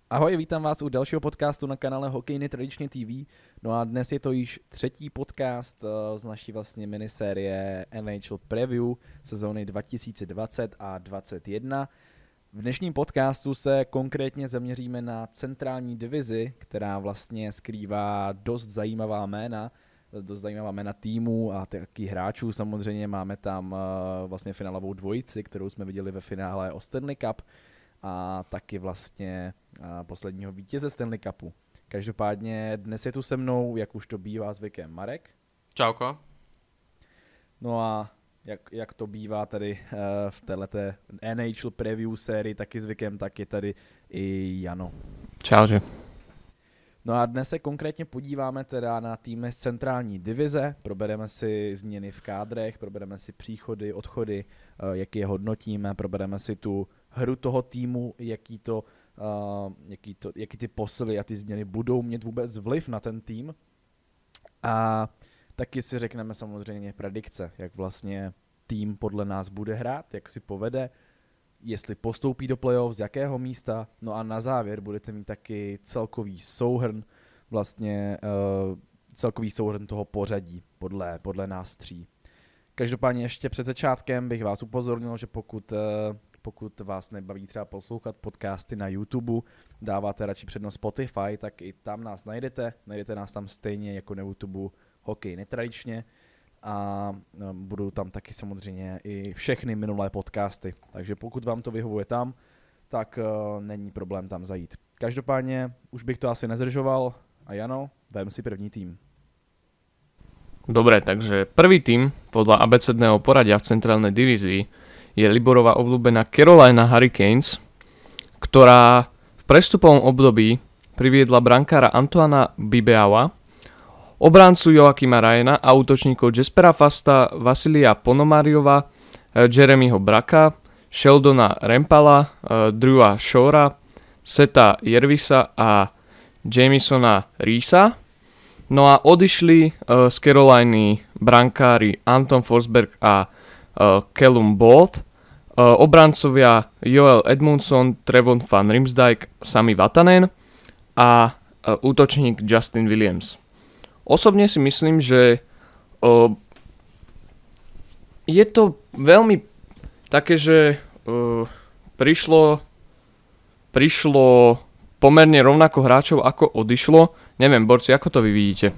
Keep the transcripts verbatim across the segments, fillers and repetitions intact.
Ahoj, vítám vás u dalšího podcastu na kanále Hokej Netradičně T V. No a dnes je to již třetí podcast uh, z naší vlastně minisérie N H L Preview sezóny dva tisíce dvacet a dvacet jedna. V dnešním podcastu se konkrétně zaměříme na centrální divizi, která vlastně skrývá dost zajímavá jména, dost zajímavá jména týmů a taky hráčů. Samozřejmě máme tam uh, vlastně finálovou dvojici, kterou jsme viděli ve finále o Stanley Cup, a taky vlastně a posledního vítěze Stanley Cupu. Každopádně dnes je tu se mnou, jak už to bývá zvykem, Marek. Čauko. No a jak, jak to bývá tady uh, v této N H L Preview sérii taky zvykem, tak je tady i Jano. Čauže. No a dnes se konkrétně podíváme teda na týmy z centrální divize, probereme si změny v kádrech, probereme si příchody, odchody, uh, jak je hodnotíme, probereme si tu hru toho týmu, jaký, to, uh, jaký, to, jaký ty posily a ty změny budou mít vůbec vliv na ten tým. A taky si řekneme samozřejmě predikce, jak vlastně tým podle nás bude hrát, jak si povede, jestli postoupí do playoff, z jakého místa. No a na závěr budete mít taky celkový souhrn, vlastně uh, celkový souhrn toho pořadí podle, podle nás tří. Každopádně ještě před začátkem bych vás upozornil, že pokud, uh, pokud vás nebaví třeba poslouchat podcasty na YouTube, dáváte radši přednost Spotify, tak i tam nás najdete. Najdete nás tam stejně jako na YouTube Hokej Netradičně. A budou tam taky samozřejmě i všechny minulé podcasty. Takže pokud vám to vyhovuje tam, tak uh, není problém tam zajít. Každopádně už bych to asi nezdržoval. A Jano, vem si první tým. Dobre, takže prvý tým podľa abecedného poradia v centrálnej divízii je Liborova obľúbená Carolina Hurricanes, ktorá v prestupovom období priviedla brankára Antoana Bibeaua, obráncu Joakima Ryana a útočníkov Jespera Fasta, Vasilia Ponomariova, Jeremyho Braka, Sheldona Rempala, Drewa Shora, Seta Jervisa a Jamisona Reesa. No a odišli uh, z Caroliny brankári Anton Forsberg a uh, Callum Bolt, uh, obrancovia Joel Edmundson, Trevon van Riemsdyk, Sami Vatanen a uh, útočník Justin Williams. Osobne si myslím, že uh, je to veľmi také, že uh, prišlo, prišlo pomerne rovnako hráčov, ako odišlo. Neviem, borci, ako to vy vidíte?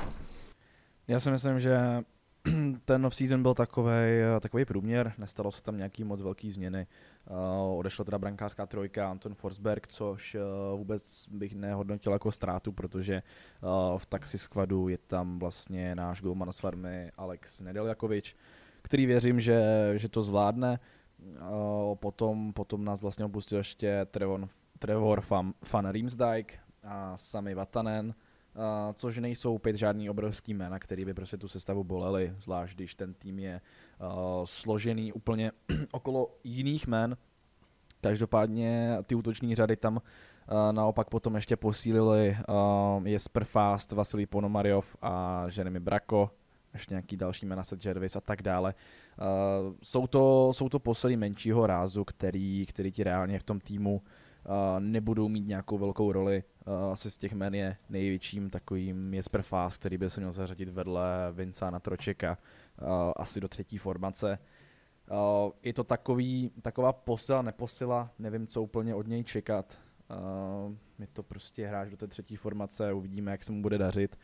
Já si myslím, že ten off-season byl takovej, takovej průměr, nestalo se tam nějaký moc velký změny. Uh, odešla teda brankářská trojka Anton Forsberg, což uh, vůbec bych nehodnotil jako ztrátu, protože uh, v taxi squadu je tam vlastně náš golman z farmy Alex Nedeljakovič, který věřím, že, že to zvládne. Uh, potom, potom nás vlastně opustil ještě Trevon, Trevor Van, Van Riemsdyk a Sami Vatanen, uh, což nejsou opět žádný obrovský jména, který by prostě tu sestavu boleli, zvlášť když ten tým je uh, složený úplně okolo jiných jmén. Každopádně ty útoční řady tam uh, naopak potom ještě posílili uh, Jesper Fast, Vasilij Ponomaryov a Jeremy Brako, ještě nějaký další jména, Seth Jarvis a tak dále. Uh, jsou to, jsou to posily menšího rázu, který, který ti reálně v tom týmu Uh, nebudou mít nějakou velkou roli. Uh, asi z těch jmen je největším takovým Jesper Fast, který by se měl zařadit vedle Vincana Tročeka uh, asi do třetí formace. Uh, je to takový, taková posila, neposila, nevím, co úplně od něj čekat. Uh, je to prostě hráč do té třetí formace, uvidíme, jak se mu bude dařit.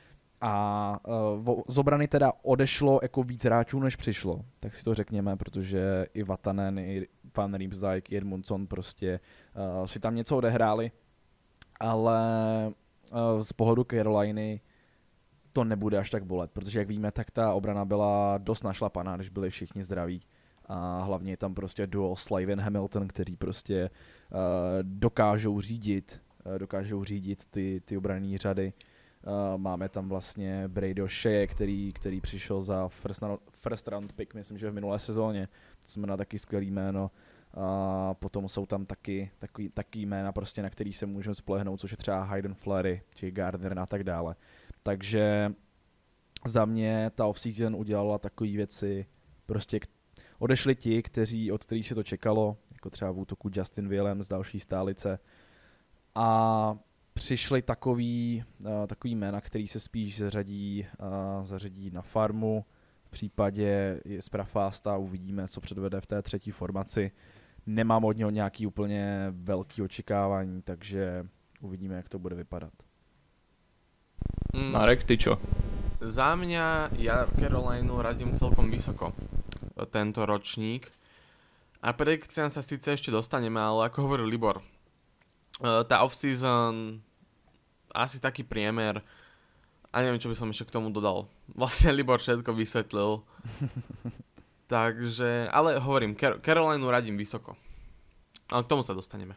A uh, z obrany teda odešlo jako víc hráčů, než přišlo, tak si to řekněme, protože i Vatanen, i Van Riemsdyk, i Edmundson prostě uh, si tam něco odehráli, ale uh, z pohledu Caroliny to nebude až tak bolet, protože jak víme, tak ta obrana byla dost našlapaná, když byli všichni zdraví. A hlavně je tam prostě duo Slavin Hamilton, kteří prostě uh, dokážou řídit, uh, dokážou řídit ty, ty obranné řady. Uh, máme tam vlastně Brady O'Shea, který, který přišel za first, first round pick, myslím, že v minulé sezóně. To znamená taky skvělý jméno. A potom jsou tam taky taky, taky jména, prostě, na který se můžeme spolehnout, což je třeba Hayden Fleury, či Gardner a tak dále. Takže za mě ta off-season udělala takové věci, prostě odešli ti, kteří, od kterých se to čekalo, jako třeba v útoku Justin Williams, další stálice. a přišly takový, uh, takový jména, který se spíš zařadí, uh, zařadí na farmu. V případě Sprafasta uvidíme, co předvede v té třetí formaci. Nemám od něho nějaký úplně velký očekávání, takže uvidíme, jak to bude vypadat. Mm. Marek, ty čo? Za mňa, ja Carolinu radím celkom vysoko tento ročník. A predikciám sa síce ešte dostaneme, ale ako hovoril Libor, tá off-season asi taký priemer a neviem, čo by som ešte k tomu dodal. Vlastne Libor všetko vysvetlil. Takže, ale hovorím, Carolinu radím vysoko. Ale k tomu sa dostaneme.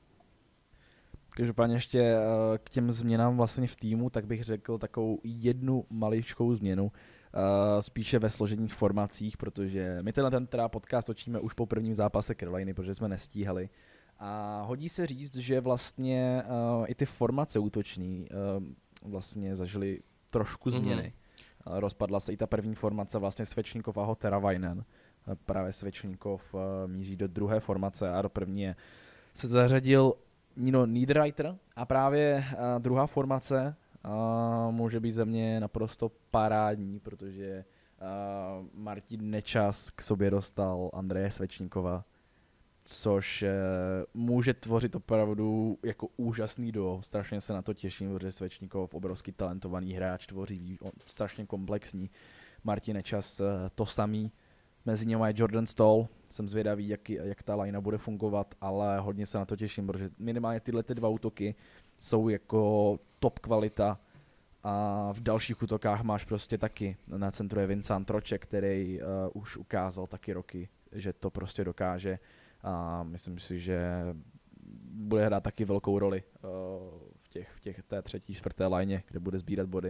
Každopádně ještě k těm změnám vlastně v týmu, tak bych řekl takovou jednu maličkou změnu, spíše ve složených formacích, protože my tenhle ten teda podcast točíme už po prvním zápase Caroliny, protože jsme nestíhali. A hodí se říct, že vlastně i ty formace útoční vlastně zažily trošku změny. Mm-hmm. Rozpadla se i ta první formace vlastně Svečníkov a Hoteravainen. Právě Svečníkov míří do druhé formace a do první se zařadil Nino Niederreiter a právě uh, druhá formace uh, může být za mě naprosto parádní, protože uh, Martin Nečas k sobě dostal Andreje Svečníkova, což uh, může tvořit opravdu jako úžasný duo. Strašně se na to těším, protože Svečníkov, obrovský talentovaný hráč, tvoří strašně komplexní. Martin Nečas uh, to samý. Mezi němi je Jordan Stoll, jsem zvědavý, jak, jak ta linea bude fungovat, ale hodně se na to těším, protože minimálně tyhle ty dva útoky jsou jako top kvalita a v dalších útokách máš prostě taky. Na centru je Vincent Troček, který uh, už ukázal taky roky, že to prostě dokáže a myslím si, že bude hrát taky velkou roli uh, v, těch, v těch té třetí, čtvrté lině, kde bude sbírat body.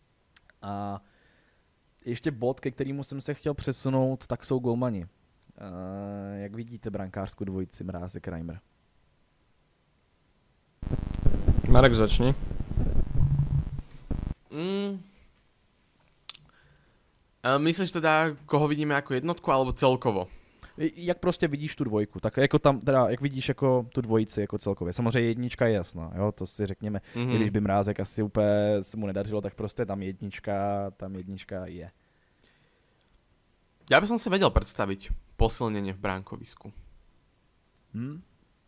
A ještě bod, ke kterému jsem se chtěl přesunout, tak jsou golmani. Uh, jak vidíte brankářskou dvojici Mrázek Reimer? Marek, začni. Mm. A myslíš teda, koho vidíme jako jednotku, alebo celkovo? Jak prostě vidíš tu dvojku, tak jako tam, teda, jak vidíš jako tu dvojici jako celkově. Samozřejmě jednička je jasná, jo, to si řekněme, mm-hmm. když by Mrázek asi úplně se mu nedařilo, tak prostě tam jednička, tam jednička je. Ja by som si vedel predstaviť posilnenie v bránkovisku. Hmm?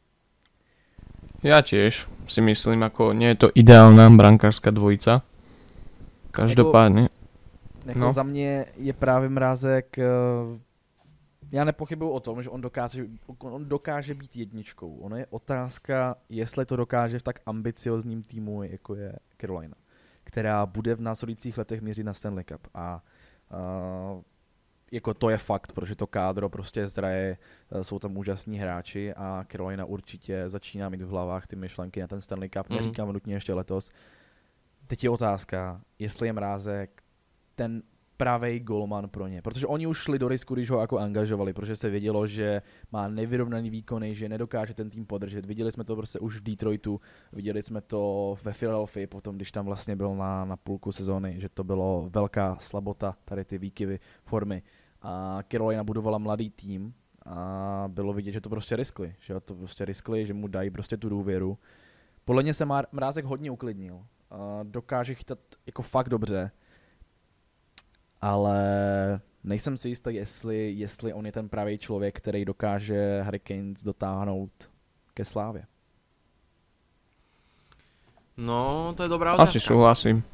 Ja tiež si myslím, ako nie je to ideálna brankárska dvojica. Každopádně. Jako, jako no. Za mě je právě Mrázek, já nepochybuju o tom, že on dokáže, on dokáže být jedničkou. Ono je otázka, jestli to dokáže v tak ambiciozním týmu, jako je Carolina, která bude v následujících letech mířit na Stanley Cup. A uh, jako to je fakt, protože to kádro prostě zdraje, jsou tam úžasní hráči a Carolina určitě začíná mít v hlavách ty myšlenky na ten Stanley Cup, mm. neříkám nutně ještě letos. Teď je otázka, jestli je Mrázek ten pravej golman pro ně, protože oni už šli do risku, když ho jako angažovali, protože se vědělo, že má nevyrovnaný výkony, že nedokáže ten tým podržet. Viděli jsme to prostě už v Detroitu, viděli jsme to ve Philadelphii, potom když tam vlastně byl na, na půlku sezóny, že to bylo velká slabota, tady ty výkyvy formy. A Carolina budovala mladý tým a bylo vidět, že to prostě riskli, že to prostě riskli, že mu dají prostě tu důvěru. Podle mě se Mrázek hodně uklidnil, dokáže chytat jako fakt dobře, ale nejsem si jistý, jestli, jestli on je ten pravý člověk, který dokáže Hurricanes dotáhnout ke slávě. No, to je dobrá otázka. Asi souhlasím.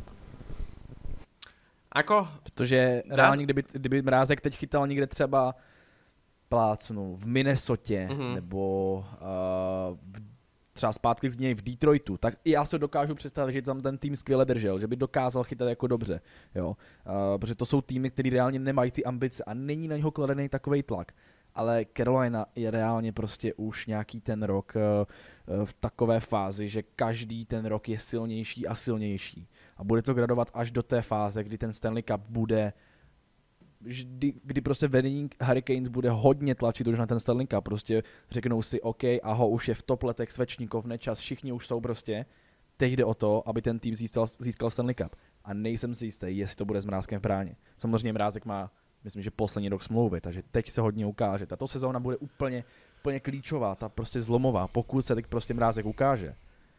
Ako? Protože da? reálně, kdyby, kdyby Mrázek teď chytal někde třeba plácnu v Minnesotě, mm-hmm. nebo uh, v, třeba zpátky v něj v Detroitu, tak i já se dokážu představit, že tam ten tým skvěle držel, že by dokázal chytat jako dobře, jo. Uh, protože to jsou týmy, které reálně nemají ty ambice a není na něho kladený takovej tlak. Ale Carolina je reálně prostě už nějaký ten rok uh, v takové fázi, že každý ten rok je silnější a silnější. A bude to gradovat až do té fáze, kdy ten Stanley Cup bude, kdy, kdy prostě vedení Hurricanes bude hodně tlačit už na ten Stanley Cup. Prostě řeknou si, OK, aho, už je v top letech Svečníkov, Nečas, všichni už jsou prostě. Teď jde o to, aby ten tým získal, získal Stanley Cup. A nejsem si jistý, jestli to bude s Mrázkem v bráně. Samozřejmě Mrázek má, myslím, že poslední rok smlouvy, takže teď se hodně ukáže. Tato sezóna bude úplně, úplně klíčová, ta prostě zlomová, pokud se teď prostě Mrázek ukáže.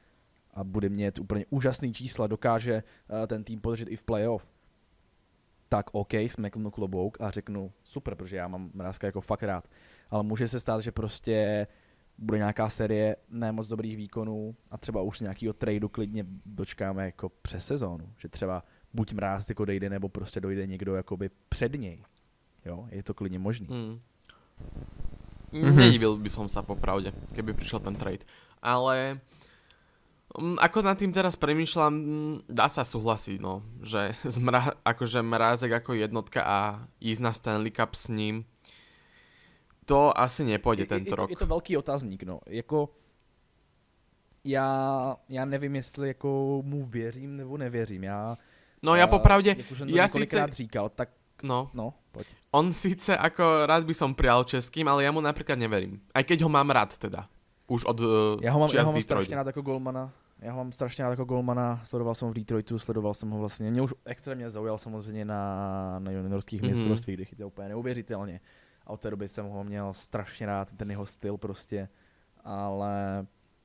a bude mít úplně úžasný čísla, dokáže uh, ten tým podržet i v playoff, tak OK, smeknu klobouk a řeknu super, protože já mám Mrázka jako fakt rád. Ale může se stát, že prostě bude nějaká série nemoc dobrých výkonů a třeba už nějakýho tradu klidně dočkáme jako přes sezónu. Že třeba buď Mrázek odejde, nebo prostě dojde někdo jakoby před něj. Jo, je to klidně možný. Mm. Mm-hmm. Nedivil by som sa popravde, keby prišiel ten trade. Ale um, ako nad tým teraz premýšľam, dá sa súhlasiť, no, že zmra- akože Mrázek ako jednotka a ísť na Stanley Cup s ním, to asi nepôjde tento je, je, rok. Je to, je to velký otazník, no. Jako já, já nevím, jestli jako mu věřím nebo nevěřím. Já, no ja popravde, jak už jsem to ja několikrát síce, říkal, tak no, no, poď. on síce ako rád by som prijal českým, ale ja mu napríklad neverím. Aj keď ho mám rád teda. Už od uh, Já ho mám, já čias ho mám Detroitu. strašně rád jako golmana. Já ho mám strašně rád jako golmana, sledoval jsem ho v Detroitu, sledoval jsem ho vlastně, mě už extrémně zaujal samozřejmě na, na juniorských mm-hmm. mistrovstvích, kde chytil úplně neuvěřitelně. A od té doby jsem ho měl strašně rád, ten jeho styl prostě, ale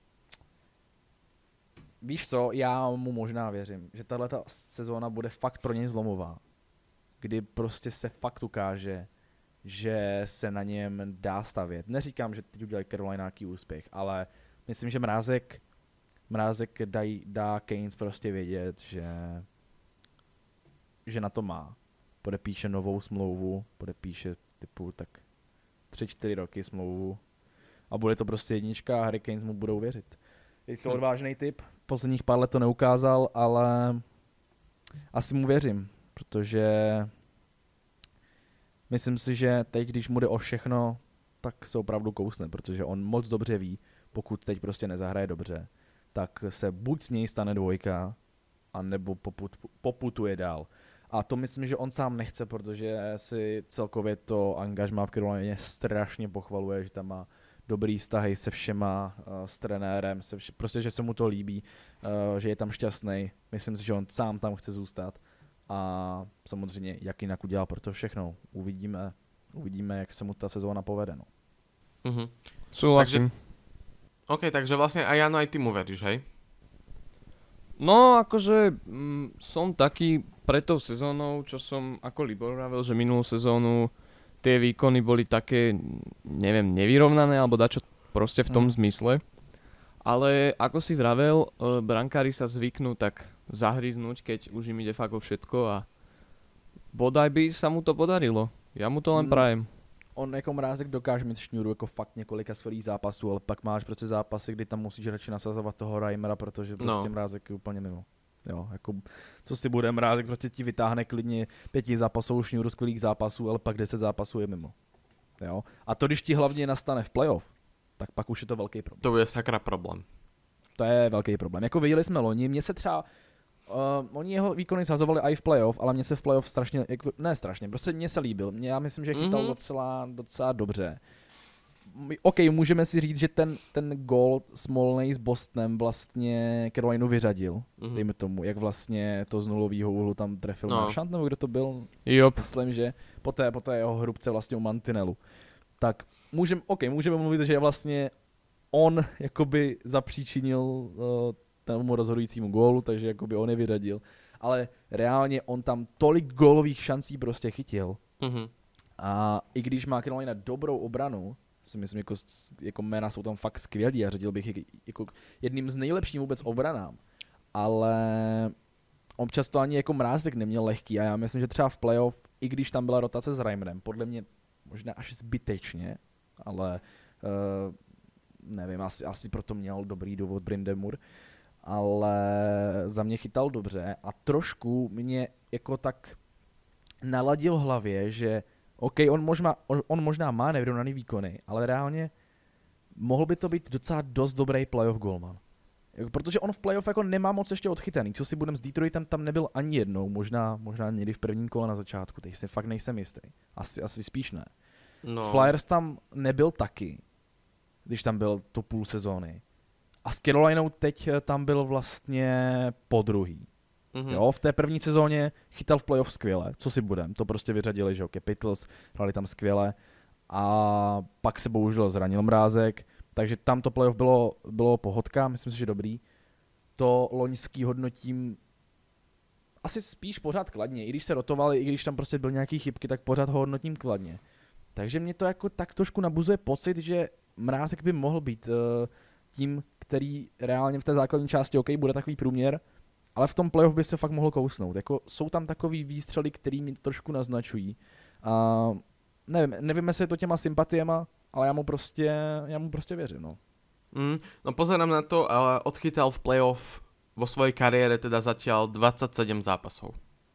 víš co, já mu možná věřím, že tahleta sezóna bude fakt pro něj zlomová, kdy prostě se fakt ukáže, že se na něm dá stavět. Neříkám, že teď udělají Carolina nějaký úspěch, ale myslím, že Mrázek, Mrázek daj, dá Keynes prostě vědět, že, že na to má. Podepíše novou smlouvu, podepíše typu tak tři čtyři roky smlouvu a bude to prostě jednička a Hurricanes mu budou věřit. Je to odvážný typ, posledních pár let to neukázal, ale asi mu věřím, protože myslím si, že teď, když mu jde o všechno, tak se opravdu kousne, protože on moc dobře ví, pokud teď prostě nezahraje dobře, tak se buď z něj stane dvojka, anebo poput, poputuje dál. A to myslím, že on sám nechce, protože si celkově to angažmá v Carolině strašně pochvaluje, že tam má dobrý vztahy se všema, uh, s trenérem, se vš- prostě, že se mu to líbí, uh, že je tam šťastný. Myslím si, že on sám tam chce zůstat. A samozřejmě, jak jinak udělá pro to všechno. Uvidíme, uvidíme, jak se mu ta sezóna povede. No. Mhm. Súhlasím. Takže, OK, takže vlastne aj Jano, aj ty mu veríš, hej? No, akože mm, som taký pred tou sezónou, čo som ako Libor vravel, že minulú sezónu tie výkony boli také, neviem, nevyrovnané, alebo dačo proste v tom mm. zmysle. Ale ako si vravel, e, brankári sa zvyknú tak zahryznúť, keď už im ide fakt o všetko a bodaj by sa mu to podarilo. Ja mu to len Mm. prajem. On jako Mrázek dokáže mít šňůru jako fakt několika svých zápasů, ale pak máš prostě zápasy, kdy tam musíš radši nasazovat toho Reimera, protože prostě No. Mrázek je úplně mimo. Jo, jako, co si bude, Mrázek prostě ti vytáhne klidně pěti zápasovou šňůru skvělých zápasů, ale pak deset zápasů je mimo. Jo? A to, když ti hlavně nastane v playoff, tak pak už je to velký problém. To bude sakra problém. To je velký problém. Jako viděli jsme loni, mně se třeba, uh, oni jeho výkony zhazovali i v playoff, ale mně se v playoff strašně, jako, ne strašně, prostě mně se líbil. Mě, já myslím, že chytal Mhm. docela, docela dobře. My- OK, můžeme si říct, že ten, ten gól Smolnej s Bostonem vlastně Carolinu vyřadil, Mhm. dejme tomu, jak vlastně to z nulového úhlu tam trefil No. Marchant, nebo kdo to byl, Jop. myslím, že po té, po té jeho hrubce vlastně u mantinelu. Tak můžeme, OK, můžeme mluvit, že vlastně on jakoby zapříčinil uh, tomu rozhodujícímu gólu, takže jakoby on je vyřadil. Ale reálně on tam tolik gólových šancí prostě chytil. Mhm. A i když má Carolina dobrou obranu, si myslím, jako, jako jména jsou tam fakt skvělí a řadil bych je jako jedním z nejlepších vůbec obranám. Ale občas to ani jako Mrázek neměl lehký a já myslím, že třeba v playoff, i když tam byla rotace s Reimerem, podle mě možná až zbytečně, ale uh, nevím, asi, asi proto měl dobrý důvod Brindamur, ale za mě chytal dobře a trošku mě jako tak naladil v hlavě, že OK, on možná, on, on možná má nevyrovnaný výkony, ale reálně mohl by to být docela dost dobrý playoff golman. Jako, protože on v playoff jako nemá moc ještě odchytaný, co si budem s Detroitem, tam nebyl ani jednou, možná, možná někdy v prvním kole na začátku, teď si fakt nejsem jistý, asi, asi spíš ne. No. S Flyers tam nebyl taky, když tam byl tu půl sezóny. A s Carolinou teď tam byl vlastně po druhý. Mhm. Jo, v té první sezóně chytal v playoff skvěle, co si budem, to prostě vyřadili, že jo, Capitals, hrali tam skvěle a pak se bohužel zranil Mrázek, takže tam to playoff bylo, bylo pohodka, myslím si, že dobrý. to loňský hodnotím asi spíš pořád kladně. I když se rotovali, i když tam prostě byl nějaký chybky, tak pořád ho hodnotím kladně. Takže mě to jako tak trošku nabuzuje pocit, že Mrázek by mohl být uh, tím, který reálně v té základní části OK bude takový průměr, ale v tom playoff by se fakt mohl kousnout. Jako jsou tam takový výstřely, který mi trošku naznačují. A nevím, nevím, jestli je to těma sympatiema, ale já mu prostě, já mu prostě věřím, no. Mm, no pozerám na to, ale odchytal v playoff vo svojej kariére teda zatiaľ dvadsaťsedem zápasov.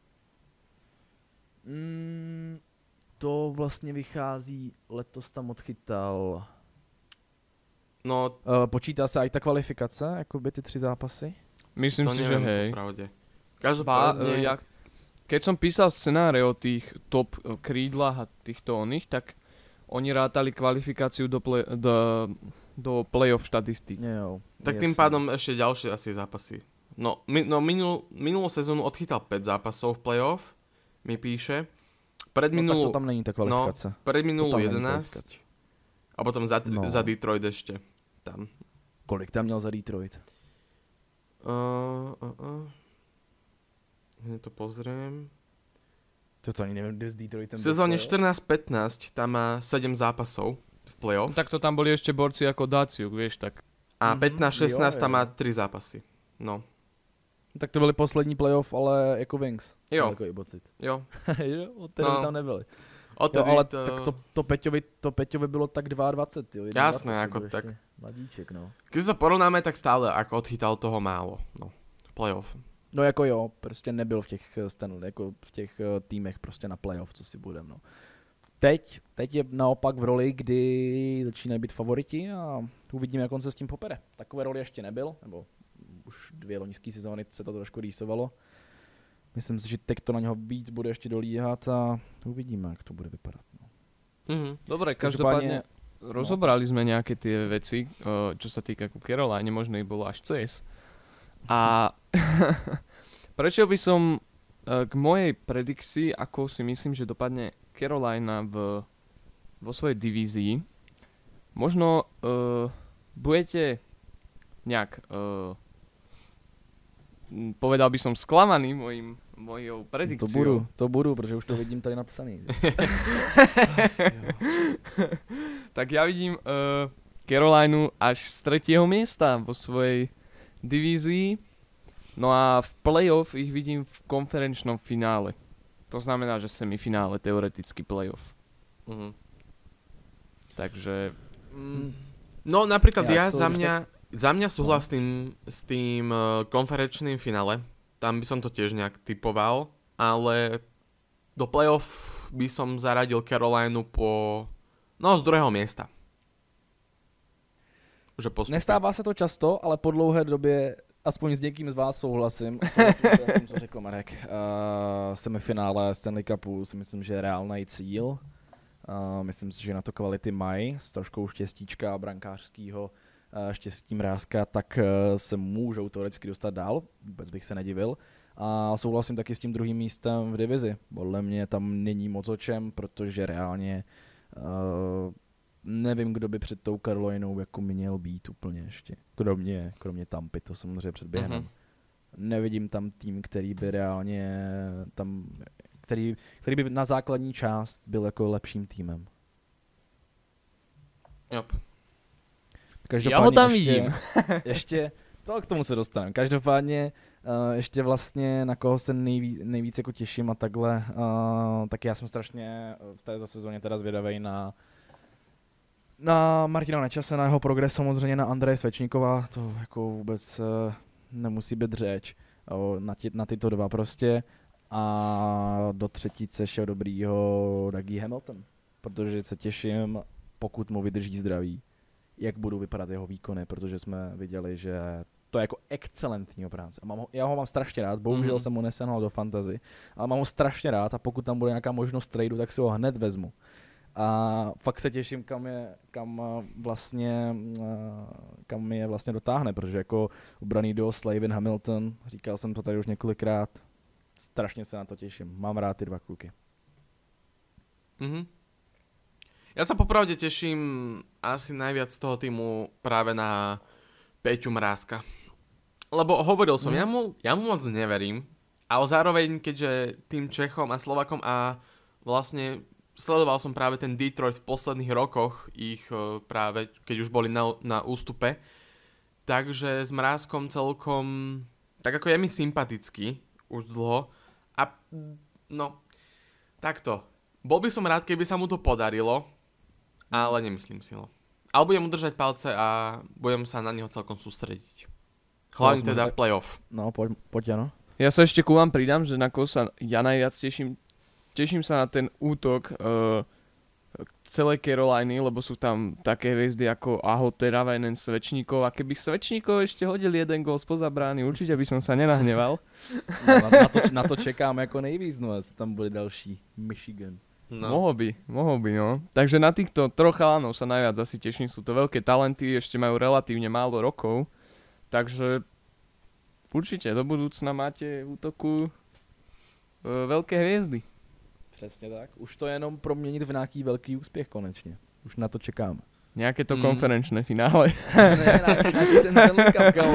Mm, to vlastně vychází, letos tam odchytal. No, Uh, počítá se aj ta kvalifikace, jakoby ty tři zápasy? Myslím to si, že neviem, hej. popravde. Ba, Každopádne, e, ja, keď som písal scenáre o tých top e, krídlach a týchto oných, tak oni rátali kvalifikáciu do, play, do, do playoff štatistík. Jo, tak tým pádom ešte ďalšie asi zápasy. No, mi, no minul, minulú sezónu odchytal päť zápasov v playoff, mi píše. Pred No, minulú, tak to tam není ta kvalifikace. pred minulú to tam není jedenásť. A potom za, No. za Detroit ešte. Tam. Kolik tam měl za Detroit? Uh, uh, uh. Hneď to pozriem. To to ani nevím, kde s Detroitem. V sezóne štrnásť pätnásť tam má sedem zápasov v playoff. Tak to tam boli ešte borci ako Daciuk, vieš, tak. A Mhm, pätnásť šestnásť jo, tam jo. má tri zápasy. No. Tak to byly poslední playoff, ale jako Wings. Jo. Takový pocit. Jo. jo, od té No. doby tam nebyli. Odtedy Jo, ale to... tak to, to, Peťovi, to Peťovi bylo tak dvacet dva, jo. Jasné, jednadvacet, ako to byl tak. ještě Mladíček, no. Keď sa porovnáme, tak stále ako odchytal toho málo. No. V playoff. No jako jo, prostě nebyl v těch eh, Stanley, jako v těch uh, týmech prostě na playoff, co si budem, no. Teď, teď je naopak v roli, kdy začínají být favoriti a uvidíme, jak on se s tím popere. Takové roli ještě nebyl, nebo už dvě loňské sezóny se to trošku rýsovalo. Myslím si, že teď to na něho víc bude ještě dolíhat a uvidíme, jak to bude vypadat. No. Mhm. Dobre, Každopádne- každopádne rozobrali sme nejaké tie veci, uh, čo sa týka ku Caroline, možno ich bolo až cez. A prečo by som uh, k mojej predikcii, ako si myslím, že dopadne Carolina v, vo svojej divízii, možno uh, budete nejak, uh, m, povedal by som, sklamaný mojim, mojou predikciou. To budu, to budu, protože už to vidím tady napsaný. Tak ja vidím uh, Carolinu až z tretieho miesta vo svojej divízii. No a v playoff ich vidím v konferenčnom finále. To znamená, že semifinále, teoreticky playoff. Mhm. Takže Mm. No napríklad Ja ja, to za už mňa, za mňa súhlasím s tým uh, konferenčným finále. Tam by som to tiež nejak typoval, ale do playoff by som zaradil Carolinu po... No z druhého miesta. Že postupí. Nestává se to často, ale po dlouhé době, aspoň s někým z vás souhlasím, souhlasím s tím, co řekl Marek. Uh, semifinále Stanley Cupu si myslím, že je reálný cíl. Uh, myslím si, že na to kvality mají, s troškou štěstíčka brankářskýho uh, štěstí Mrázka, tak uh, se můžou teoreticky dostat dál, vůbec bych se nedivil. A souhlasím taky s tím druhým místem v divizi. Podle mě tam není moc o čem, protože reálně uh, nevím, kdo by před tou Carolinou jako měl být úplně ještě. Kromě, kromě Tampy, to samozřejmě předběhnem. Mhm. Nevidím tam tým, který by reálně tam, který, který by na základní část byl jako lepším týmem. Yep. Každopádně Já ho tam ještě, vidím. ještě, to k tomu se dostaneme. Každopádně uh, ještě vlastně na koho se nejvíc, nejvíc jako těším a takhle, uh, tak já jsem strašně v této sezóně teda zvědavej na na Martina Nečase, na jeho progres, samozřejmě na Andreje Svečníkova, to jako vůbec uh, nemusí být řeč, uh, na, tě, na tyto dva prostě. A do třetíce šel dobrýho Dougie Hamilton, protože se těším, pokud mu vydrží zdraví, jak budou vypadat jeho výkony, protože jsme viděli, že to je jako excelentní práce. Mám ho, já ho mám strašně rád, bohužel Mhm. jsem ho nesehnal do fantasy, ale mám ho strašně rád a pokud tam bude nějaká možnost tradu, tak si ho hned vezmu. A fakt se těším, kam je, kam vlastně, kam je vlastně dotáhne, protože jako obraný duo Slavin Hamilton, říkal jsem to tady už několikrát, strašně se na to těším. Mám rád ty dva kluky. Mhm. Ja sa popravde teším asi najviac z toho týmu práve na Peťu Mrázka. lebo hovoril som, Mhm. ja, mu, ja mu moc neverím, ale zároveň, keďže tým Čechom a Slovakom a vlastne sledoval som práve ten Detroit v posledných rokoch, ich uh, práve, keď už boli na, na ústupe, takže s Mrázkom celkom, tak ako je mi sympatický, už dlho, a no, takto, bol by som rád, keby sa mu to podarilo, ale nemyslím si ho. Ale budem mu držať palce a budem sa na neho celkom sústrediť. Hlavne teda v playoff. No, poď, poď Jano. Ja sa ešte ku vám pridám, že na koho sa ja najviac teším. Teším sa na ten útok uh, celej Caroliny, lebo sú tam také hviezdy ako Aho, Teravainen, Svečníkov. A keby Svečníkov ešte hodil jeden gól spoza brány, určite by som sa nenahneval. No, na, na, to, na to čekám jako nejvíc, no a tam bude další Michigan. No. Mohol by, mohol by, no. Takže na týchto troch chalanov sa najviac asi teším. Sú to veľké talenty, ešte majú relatívne málo rokov. Takže určite do budúcna máte v útoku e, veľké hviezdy. Přesně tak. Už to je jenom proměnit v nějaký velký úspěch konečně. Už na to čekám. Nejaké to Mm. konferenčné finále. Ne, nějaký, nějaký ten Stanley Cup, kámo,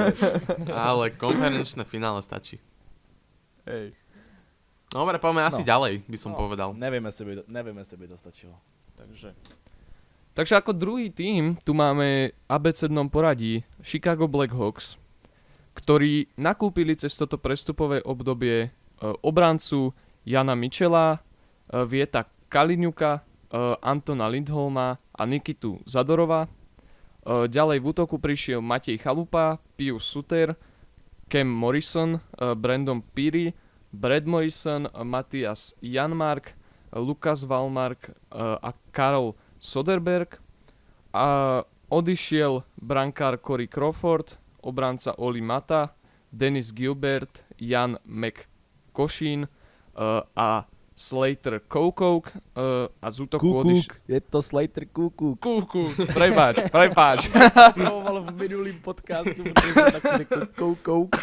Ale konferenčné finále stačí. Hej. Dobre, poďme asi No. ďalej, by som No, povedal. Nevím, jestli by to, nevím, jestli by to stačilo. Takže. Takže ako druhý tím tu máme v abecednom poradí Chicago Blackhawks, ktorí nakúpili cez toto prestupové obdobie e, obrancu Jana Michela, e, Vieta Kaliňuka, e, Antona Lindholma a Nikitu Zadorova. E, ďalej v útoku prišiel Matej Chalupa, Pius Suter, Cam Morrison, e, Brandon Peary, Brad Morrison, Matias Janmark, Lukas Valmark e, a Karol Soderberg. A odišiel brankár Corey Crawford, obranca Oli Mata, Dennis Gilbert, Jan McCoshin uh, a Slater Koukok uh, a z útoku odišiel... je to Slater Kukuk. Kúkuk, prepáč, prepáč. Mluval v minulým podcastu, protože jsem taky řekl Koukouk.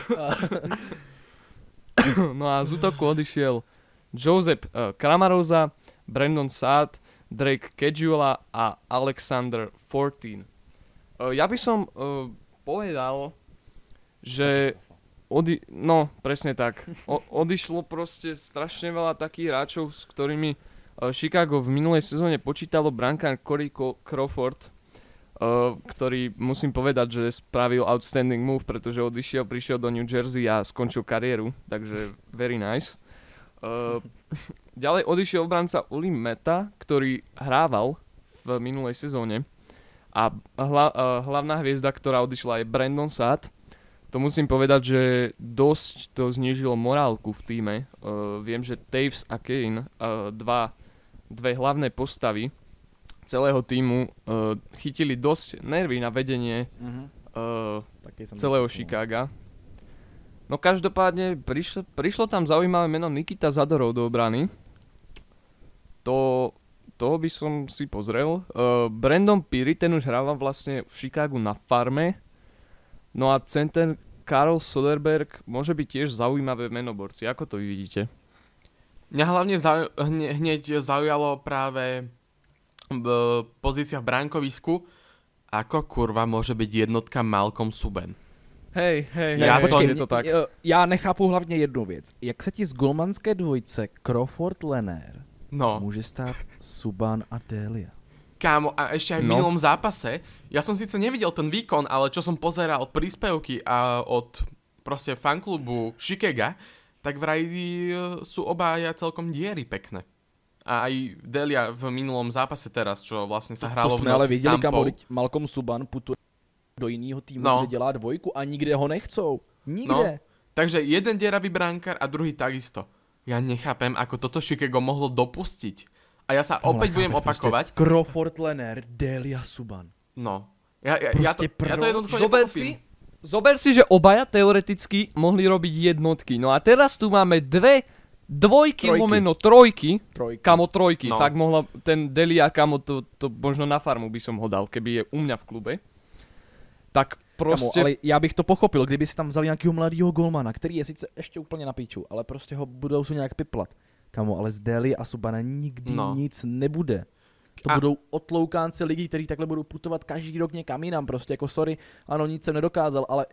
No a z útoku odišiel Josep uh, Kramaroza, Brandon Saad, Drake Kedžula a Alexander Fortin. Uh, ja by som uh, povedal, že odi- no, presne tak. O- odišlo proste strašne veľa takých hráčov, s ktorými uh, Chicago v minulej sezóne počítalo brankár Corey Co- Crawford, uh, ktorý musím povedať, že spravil outstanding move, pretože odišiel, prišiel do New Jersey a skončil kariéru, takže very nice. Uh, ďalej odišiel obranca Uli Meta, ktorý hrával v minulej sezóne a hla, uh, hlavná hviezda, ktorá odišla, je Brandon Saad. To musím povedať, že dosť to znížilo morálku v týme. Uh, viem, že Taves a Kane, uh, dva, dve hlavné postavy celého týmu, uh, chytili dosť nervy na vedenie uh, celého Chicaga. No každopádne prišlo, prišlo tam zaujímavé meno Nikita Zadorov do obrany. To, toho by som si pozrel. Uh, Brandon Peary, ten už hrával vlastne v Chicagu na farme. No a center Karol Soderberg môže byť tiež zaujímavé meno, borci. Ako to vy vidíte? Mňa hlavne zau- hne- hneď zaujalo práve b- pozícia v bránkovisku. Ako kurva môže byť jednotka Malcolm Subban? Hej, hej, Já hej, počkej, je to tak. Já nechápu hlavně jednu věc. Jak se ti z golmanské dvojce Crawford Lenér No. může stát Subban a Delia? Kámo, a ešte aj v No. minulom zápase, ja som síce nevidel ten výkon, ale čo som pozeral príspevky a od proste fanklubu Chicaga, tak vraj e, sú obaja celkom diery pekné. A aj Delia v minulom zápase teraz, čo vlastne sa hralo to v jsme ale noci s viděli, kam Tampou. Malcolm Subban putuje do jiného týmu, No. kde dělá dvojku a nikde ho nechcou. Nikde. Takže jeden dieravý brankár a druhý takisto. Ja nechápem, ako toto Chicago mohlo dopustiť. A ja sa opäť budem opakovať. Prostě Crawford Lenér, Delia Subban. No. Ja, ja, ja, to, Prostě ja to proč? jednoducho Zober nepochopím. si, zober si, že obaja teoreticky mohli robiť jednotky. No a teraz tu máme dve dvojky, Trojky. lomeno trojky. Trojka. Kamo trojky. No. Fakt mohla ten Delia, kamo to, to možno na farmu by som ho dal, keby je u mňa v klube. Tak prostě... Kamo, ale já bych to pochopil, kdyby si tam vzali nějakého mladého golmana, který je sice ještě úplně na píču, ale prostě ho budou se nějak piplat. Kamo, ale z Delia a Subana nikdy No. no. nic nebude. To A- a... budou otloukánci lidí, kteří takhle budou putovat každý rok někam jinam, prostě jako sorry, ano, nic jsem nedokázal, ale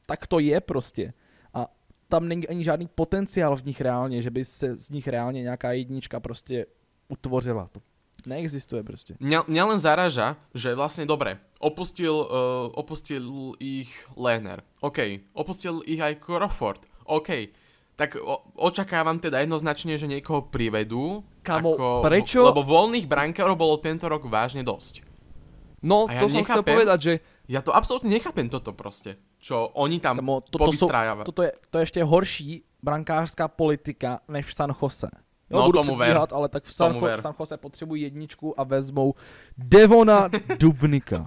tak to je prostě. A tam není ani žádný potenciál v nich reálně, že by se z nich reálně nějaká jednička prostě utvořila. To neexistuje prostě. Mňa, mňa len zaráža, že vlastne dobre, opustil, uh, opustil ich Lehner, OK, opustil ich aj Crawford, OK, tak o, očakávam teda jednoznačne, že niekoho privedú, Kamo, ako, prečo? lebo voľných brankárov bolo tento rok vážne dosť. No, A ja to som chcel nechápem. povedať, že Ja to absolútne nechápem toto proste, čo oni tam Kamo, to, to, jsou, povystrájava. to, to, je, to je ještě horší brankářská politika než v San Jose. Jo, No, budu tomu ver. předbíhat, ale tak v San, Tomu Cho- ver. San Jose potřebují jedničku a vezmou Devona Dubnika.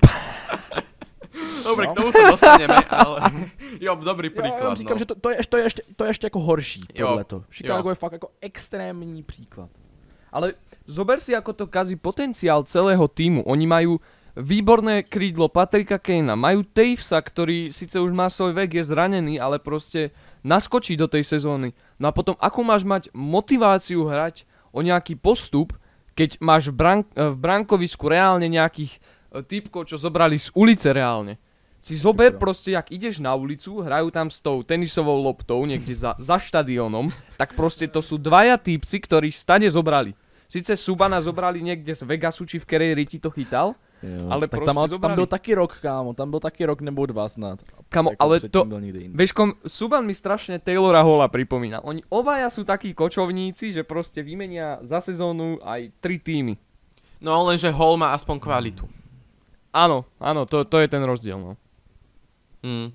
Dobre, No. k tomu sa dostaneme, ale jo, dobrý Já príklad. jenom říkám, no. že to, to, je, to, je ještě, to je ještě jako horší, Jo, tohleto. Chicago jo. je fakt jako extrémní příklad. ale zober si, ako to kazí potenciál celého týmu. Oni majú výborné krídlo Patricka Kanea, majú Tavesa, ktorý síce už má svoj vek, je zranený, ale proste naskočí do tej sezóny. No a potom, akú máš mať motiváciu hrať o nejaký postup, keď máš v, brank- v brankovisku reálne nejakých e, typkov, čo zobrali z ulice reálne. Si zober proste, jak ideš na ulicu, hrajú tam s tou tenisovou loptou niekde za, za štadiónom, tak proste to sú dvaja týpci, ktorí stade zobrali. Sice Subana zobrali niekde z Vegasu, či v ktorej riti to chytal, Jo, ale tak prostě tam, tam zobrali. byl taky rok, kámo, tam byl taky rok nebo dva snad. Kamo, Jako ale předtím to, byl někde jinde. vieš kom, Suban mi strašne Taylora Halla pripomína. Oni obaja sú takí kočovníci, že proste vymenia za sezónu aj tri týmy. No lenže Hall má aspoň kvalitu. Áno, áno, to, to je ten rozdiel, no. Mm.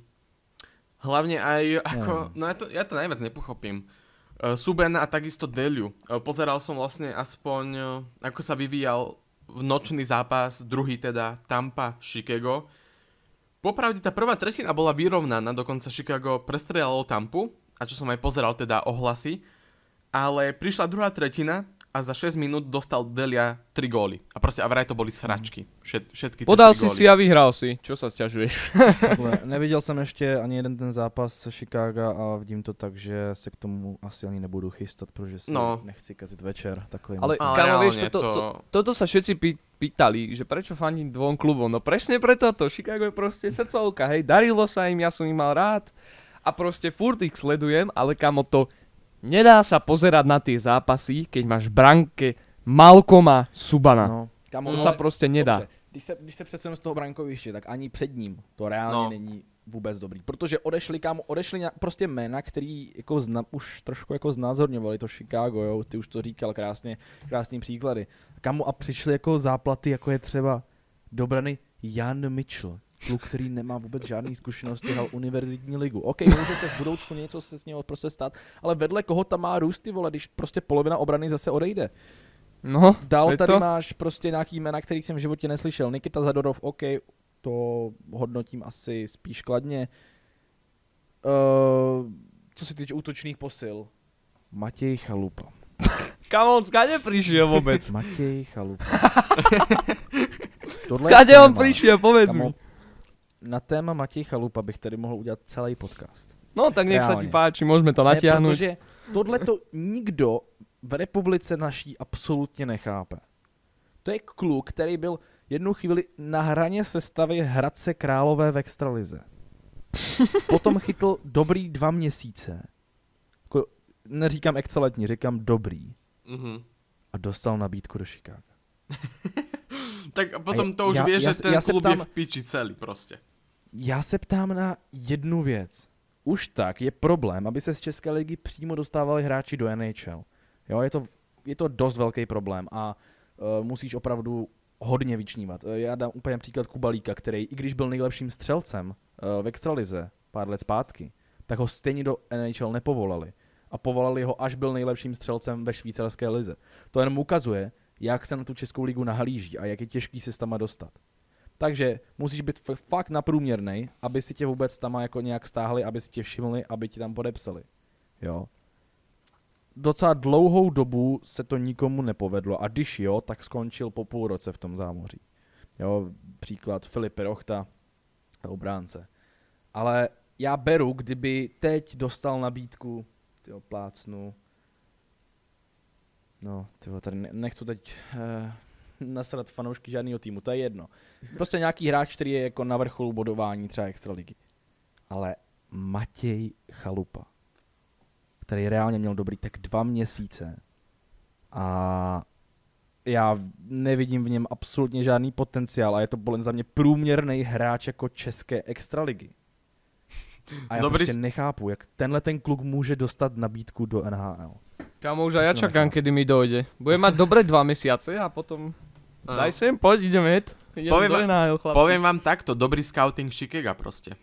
Hlavne aj, ako, no ja to, ja to najviac nepochopím. Uh, Subban a takisto Deliu. Uh, pozeral som vlastne aspoň, uh, ako sa vyvíjal v nočný zápas, druhý teda Tampa, Chicago. Popravde tá prvá tretina bola vyrovnaná, dokonca Chicago prestrelalo Tampu, a čo som aj pozeral teda ohlasy, ale prišla druhá tretina a za šesť minút dostal Delia tri góly. A proste, a vraj to boli sračky. Všet, všetky tie Podal tri si góly. si a vyhral si. Čo sa sťažuješ? Takhle, neviděl jsem ještě ani jeden ten zápas Chicaga a vidím to tak, že se k tomu asi ani nebudu chystat, protože si No. nechci kazit večer. Takovým. Ale, Ale kámo, vieš, reálne toto, to- to, toto sa všetci pý, pýtali, že prečo fandím dvom klubom. No presne preto to. Chicago je proste srdcovka, hej. Darilo sa im, ja som im mal rád. A proste furt ich sledujem, ale kamo to nedá sa pozerať na tie zápasy, keď máš v branke Malcoma Subana. No, kamo, To no, sa proste nedá. dobře. Když se, když se přesunu z toho brankoviště, tak ani před ním to reálně No. no. není vůbec dobrý. Protože odešli, kámo, odešli nějak, prostě jména, který jako zna, už trošku jako znázorňovali to Chicago, jo, ty už to říkal krásně, krásný příklady. Kámo, a přišli jako záplaty, jako je třeba dobraný Jan Mitchell, kluk, který nemá vůbec žádný zkušenosti, hrál univerzitní ligu. OK, může se v budoucnu něco se s něho prostě stát, ale vedle koho tam má růst, ty vole, když prostě polovina obrany zase odejde. No, Dál je tady to? máš prostě nějaký jména, který jsem v životě neslyšel. Nikita Zadorov, OK, to hodnotím asi spíš kladně. Uh, co se týče útočných posil, Matěj Chalupa. Kamo, on skade prišiel vôbec? Matěj Chalupa. Tohle Skade je on téma. prišiel, povedz mi. Kamo, na téma Matěj Chalupa bych tady mohl udělat celý podcast. No tak nech sa ti Reálne. páči, môžeme to Ne, natiahnuť. protože tohle to nikdo v republice naší absolutně nechápe. To je kluk, který byl jednu chvíli na hraně sestavy Hradce Králové v extralize. Potom chytl dobrý dva měsíce. Jako, neříkám excelentní, říkám dobrý. Mhm. A dostal nabídku do Chicaga. Tak a potom A to už ja- vieš, ja- že ten ja sa klub ptám- je v piči celý proste. Já se ptám na jednu věc. Už tak je problém, aby se z České ligy přímo dostávali hráči do N H L. Jo, je to, je to dost velký problém a uh, musíš opravdu hodně vyčnívat. Uh, já dám úplně příklad Kubalíka, který, i když byl nejlepším střelcem uh, v extralize pár let zpátky, tak ho stejně do N H L nepovolali. A povolali ho, až byl nejlepším střelcem ve švýcarské lize. To jenom ukazuje, jak se na tu Českou ligu nahlíží a jak je těžký se tam dostat. Takže musíš být f- fakt naprůměrnej, aby si tě vůbec tam jako nějak stáhli, aby si tě všimli, aby ti tam podepsali. Jo. Docela dlouhou dobu se to nikomu nepovedlo a když jo, tak skončil po půl roce v tom zámoří. Jo, příklad Filipe Rochta, obránce. Ale já beru, kdyby teď dostal nabídku, tyjo, plácnu, no, tyjo, tady ne- nechci teď eh, nasrat fanoušky žádného týmu, to je jedno. Prostě nějaký hráč, který je jako na vrcholu bodování třeba extraligy. ale Matěj Chalupa, který reálně měl dobrý tak dva měsíce a já nevidím v něm absolutně žádný potenciál a je to podle za mě průměrný hráč jako české extraligy. A já Dobrý prostě s... nechápu, jak tenhle ten kluk může dostat nabídku do N H L. Kámo, už aj ja čakám, kedy mi dojde. Bude mať dobre dva mesiace a potom... Ano. Daj sem, poď, ideme jet. Ideme Poviem, do N H L, chlapci. poviem vám takto, dobrý scouting Chicaga proste.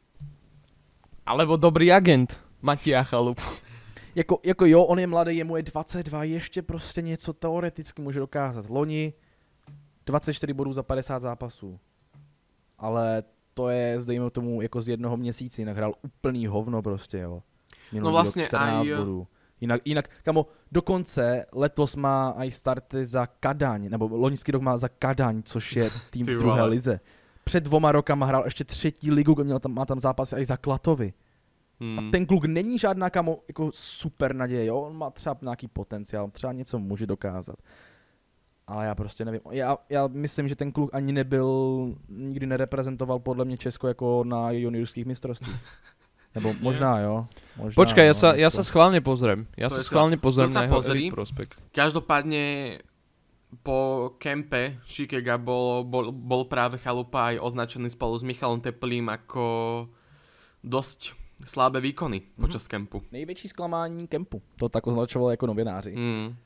Alebo dobrý agent Matia Chalup. Jako, jako jo, on je mladý, je mu je dvacet dva, ještě prostě něco teoreticky může dokázat. Loni dvacet čtyři bodů za padesát zápasů. Ale to je, zdejme tomu, jako z jednoho měsíce, jinak hrál úplný hovno prostě, jo. Minulý No vlastně čtrnáct aj... bodů. Jinak, jinak, kamo, dokonce letos má aj starty za Kadaň, nebo loňský rok má za Kadaň, což je tým v druhé lize. Před dvoma rokama hrál ještě třetí ligu, měl tam, má tam zápasy aj za Klatovy. Hmm. A ten kluk není žádná, kamo, jako super naděje, jo, on má třeba nějaký potenciál, třeba něco může dokázat. Ale já prostě nevím, já, já myslím, že ten kluk ani nebyl, nikdy nereprezentoval podle mě Česko jako na juniorských mistrovstvích. Nebo možná jo. Možná, Počkaj, ja no, sa, ja sa schválne pozriem. Ja To sa je schválne pozriem to sa na jeho pozri. Elite Prospect. Každopádne po kempe Chicaga bol, bol, bol práve Chalupa aj označený spolu s Michalom Teplým ako dosť slabé výkony mm-hmm. počas kempu. Největší zklamání kempu, to tak označovalo jako novináři. Mm.